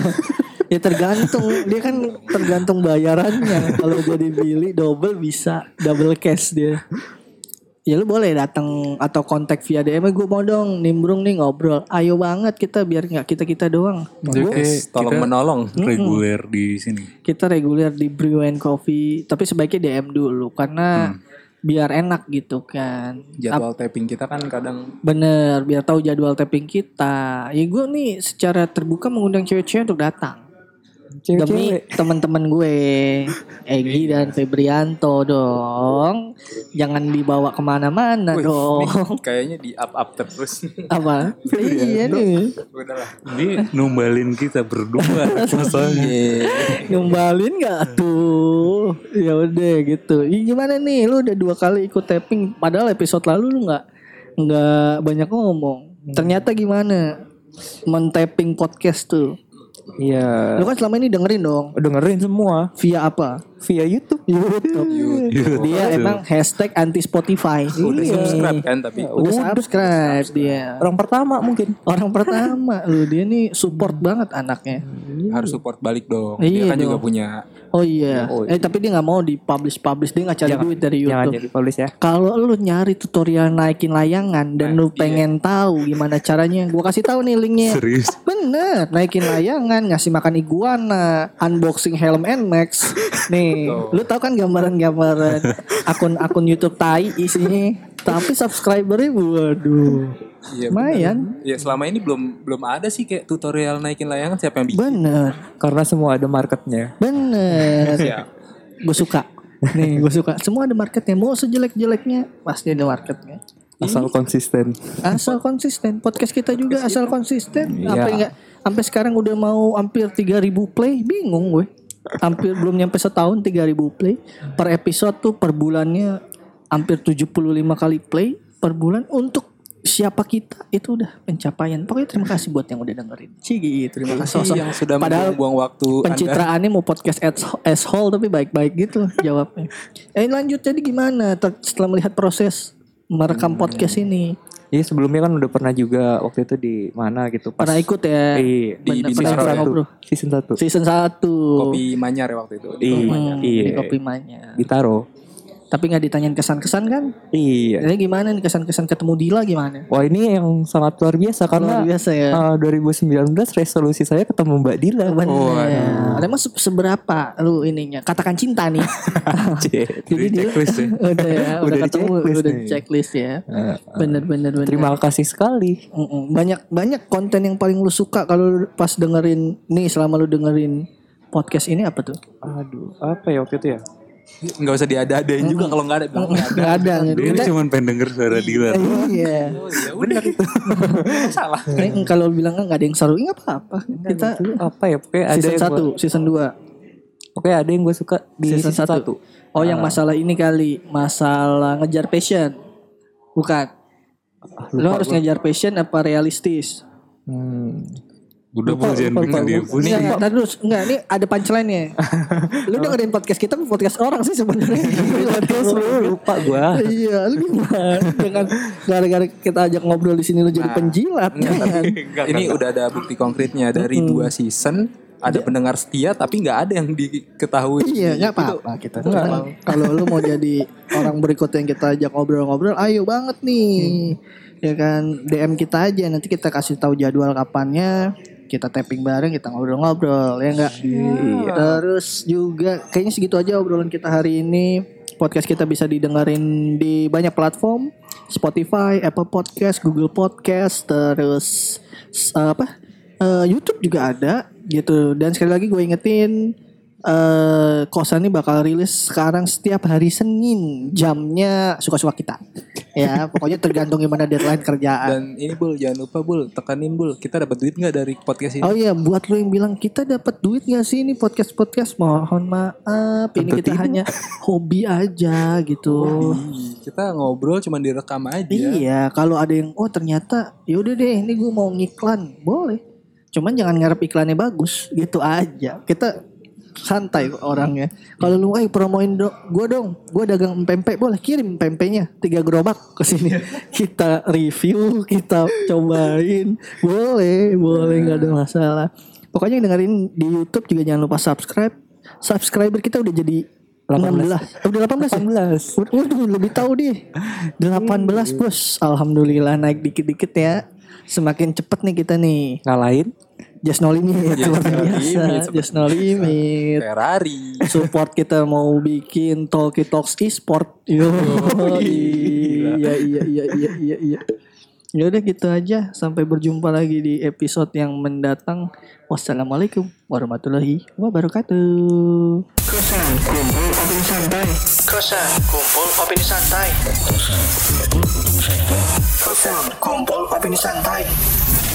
C: ya tergantung, dia kan tergantung bayarannya. Kalau jadi Billy double bisa double cash dia. Ya lu boleh datang atau kontak via D M, gue mau dong nimbrung nih ngobrol. Ayo banget kita biar nggak kita kita doang.
F: Jadi
D: Yes, tolong
F: kita
D: menolong.
F: reguler di sini.
C: Kita reguler di Brew and Coffee, tapi sebaiknya D M dulu karena biar enak gitu kan.
D: Jadwal taping kita kan kadang
C: Bener, biar tahu jadwal tapping kita. Ya gue nih secara terbuka mengundang cewek-cewek untuk datang. Demi teman-teman gue Egi dan Febrianto dong. Jangan dibawa kemana-mana
D: Wih,
C: dong.
D: ini kayaknya di up-up terus.
C: Apa? Iya nih.
D: Udahlah.
F: Dia numbalin kita berdua masalahnya.
C: Ngumbalin gak tuh? Ya udah gitu. Ih, gimana nih? Lu udah dua kali ikut tapping. Padahal episode lalu lu nggak nggak banyak ngomong. Ternyata gimana? Men-tapping podcast tuh.
G: Iya.
C: Lu kan selama ini dengerin dong.
G: Dengerin semua
C: Via apa?
G: via YouTube.
C: YouTube. Dia emang hashtag anti Spotify.
D: Udah
C: Iya.
D: subscribe kan tapi
C: Udah subscribe dia.
G: Orang pertama mungkin.
C: Orang pertama. Lu dia nih support banget anaknya.
D: harus support balik dong.
C: Iya
D: Dia kan juga
C: dong.
D: punya.
C: Oh iya.
G: Oh,
C: Eh tapi dia nggak mau di-publish-publish. Dia nggak cari duit dari
G: Jangan
C: YouTube.
G: jadi publish ya.
C: Kalau lu nyari tutorial naikin layangan dan
D: Nah,
C: lu
D: iya.
C: pengen tahu gimana caranya, gua kasih tahu nih linknya.
F: Serius.
C: Bener, naikin layangan, ngasih makan iguana, unboxing helm N Max. Nih, lu tahu kan gambaran-gambaran akun-akun YouTube tai isinya. Tapi subscribernya waduh.
D: Iya,
C: Lumayan.
D: bener. Ya selama ini belum belum ada sih kayak tutorial naikin layangan siapa yang bikin.
C: Bener,
G: Karena semua ada marketnya.
C: bener.
D: Siap.
C: Gue suka. Nih, gue suka. Semua ada marketnya. Mau sejelek-jeleknya pasti ada marketnya.
G: Asal konsisten.
C: Asal konsisten. Podcast kita juga asal konsisten.
G: Iya.
C: Sampai enggak sampai sekarang udah mau hampir tiga ribu play. Bingung gue. Hampir belum nyampe setahun tiga ribu play. Per episode tuh per bulannya hampir tujuh puluh lima kali play per bulan. Untuk siapa kita itu udah pencapaian. Pokoknya terima kasih buat yang udah dengerin. Cigi, terima kasih
D: Sosok yang sudah
C: Padahal
D: buang waktu Anda.
C: pencitraannya mau podcast asshole tapi baik-baik gitu jawabnya. Eh lanjut, jadi gimana ter- setelah melihat proses merekam podcast ini?
G: Iya sebelumnya kan udah pernah juga waktu itu di mana gitu. Pas
C: Pernah ikut ya?
G: Iya.
D: Di
C: Bener,
D: Bintang
C: pernah
D: Satu.
C: ngobrol.
G: Season satu.
C: Season satu.
D: Kopi Manyar ya waktu itu. Di
G: Iya.
D: Kopi Manyar.
G: Iya.
C: Di Kopi Manyar.
G: Ditaro.
C: Tapi gak ditanyain kesan-kesan kan?
G: Iya.
C: Ini gimana nih kesan-kesan ketemu Dila gimana?
G: Wah ini yang sangat luar biasa karena
C: Luar biasa ya.
G: eh, dua ribu sembilan belas resolusi saya ketemu Mbak Dila.
C: Bener. Emang se- seberapa lu ininya? Katakan cinta nih. Jadi
F: Di
C: Dila
F: checklist ya.
C: udah ya, udah,
G: Udah di
C: ketemu,
G: checklist
C: udah di
G: nih.
C: checklist ya. Bener bener bener.
G: Terima kasih sekali.
C: Mm-mm. Banyak banyak konten yang paling lu suka kalau lu pas dengerin nih, selama lu dengerin podcast ini apa tuh?
G: Aduh, apa ya waktu itu ya?
D: Enggak usah diada-adain juga kalau enggak ada bilang enggak ada.
C: Gak ada.
F: Dia
C: Kita-
F: cuma pengen denger suara Dilan.
C: Iya.
D: Oh, ya udah itu. Salah.
C: Eh, kalau bilang nggak ada yang seru, nggak apa-apa. Kita
G: Apa ya? Pokoknya ada
C: season
G: yang
C: satu,
G: gua,
C: season dua,
G: Pokoknya ada yang gue suka di
C: season
G: season,
C: satu.
G: satu.
C: Oh, yang masalah ini kali, masalah ngejar passion, bukan? Lo harus ngejar passion apa realistis?
G: Hmm.
F: Udah
C: Lupa,
F: mau jangan
C: lupa,
F: bikin
C: lupa.
F: dia
C: Enggak,
F: pusing.
C: enggak, tadi dulu. Enggak, ini ada punchline-nya. Lu dengerin podcast kita, podcast orang sih sebenarnya.
G: Podcast lu lupa gue.
C: Iya, lu gimana? Dengan gara-gara kita ajak ngobrol di sini lu jadi
D: Nah,
C: penjilat.
D: enggak, tapi
C: Jangan.
D: ini udah ada bukti konkretnya dari dua season ada pendengar setia tapi nggak ada yang diketahui.
C: Iya, nggak
D: Itu
C: apa-apa kita. Cuman kalau lu mau jadi orang berikutnya yang kita ajak ngobrol-ngobrol, ayo banget nih. Ya kan, D M kita aja, nanti kita kasih tahu jadwal kapannya. Kita tapping bareng, kita ngobrol-ngobrol, ya enggak? Terus juga kayaknya segitu aja obrolan kita hari ini. Podcast kita bisa didengarin di banyak platform, Spotify, Apple Podcast, Google Podcast, terus uh, apa? Uh, YouTube juga ada gitu. Dan sekali lagi gue ingetin, uh, kosan ini bakal rilis sekarang setiap hari Senin, jamnya suka-suka kita. Ya, pokoknya tergantung gimana deadline kerjaan.
D: Dan ini Bul, jangan lupa Bul, tekanin Bul, kita dapat duit nggak dari podcast ini?
C: Oh iya, buat lo yang bilang kita dapat duit gak sih ini podcast-podcast, mohon maaf, ini kita hanya hobi aja gitu.
D: Hobi. Kita ngobrol cuma direkam aja.
C: Iya, kalau ada yang oh ternyata yaudah deh, ini gue mau ngiklan, boleh. Cuman jangan ngarep iklannya bagus, gitu aja. Kita santai orangnya. Kalau lu eh promoin do, gue dong, gue dagang pempek, boleh kirim pempeknya tiga gerobak ke sini. Kita review, kita cobain, boleh, boleh nggak ada masalah. Pokoknya dengerin di YouTube juga jangan lupa subscribe. Subscriber kita udah jadi enam belas. Eh, udah delapan belas. delapan belas. Waduh, lebih tahu deh. delapan belas bos. Alhamdulillah naik dikit-dikit ya. Semakin cepet nih kita nih.
G: Ngalahin
C: Just No Limit,
D: Just
C: luar
D: No
C: biasa.
D: Limit,
C: Just No Limit.
D: Ferrari.
C: Support kita mau bikin Talkie Talks e-sport. Yo, iya iya iya iya iya iya. Ya udah gitu aja. Sampai berjumpa lagi di episode yang mendatang. Wassalamualaikum warahmatullahi wabarakatuh.
B: Kosan kumpul opini santai. Kosan kumpul opini santai. Kosan kumpul opini santai.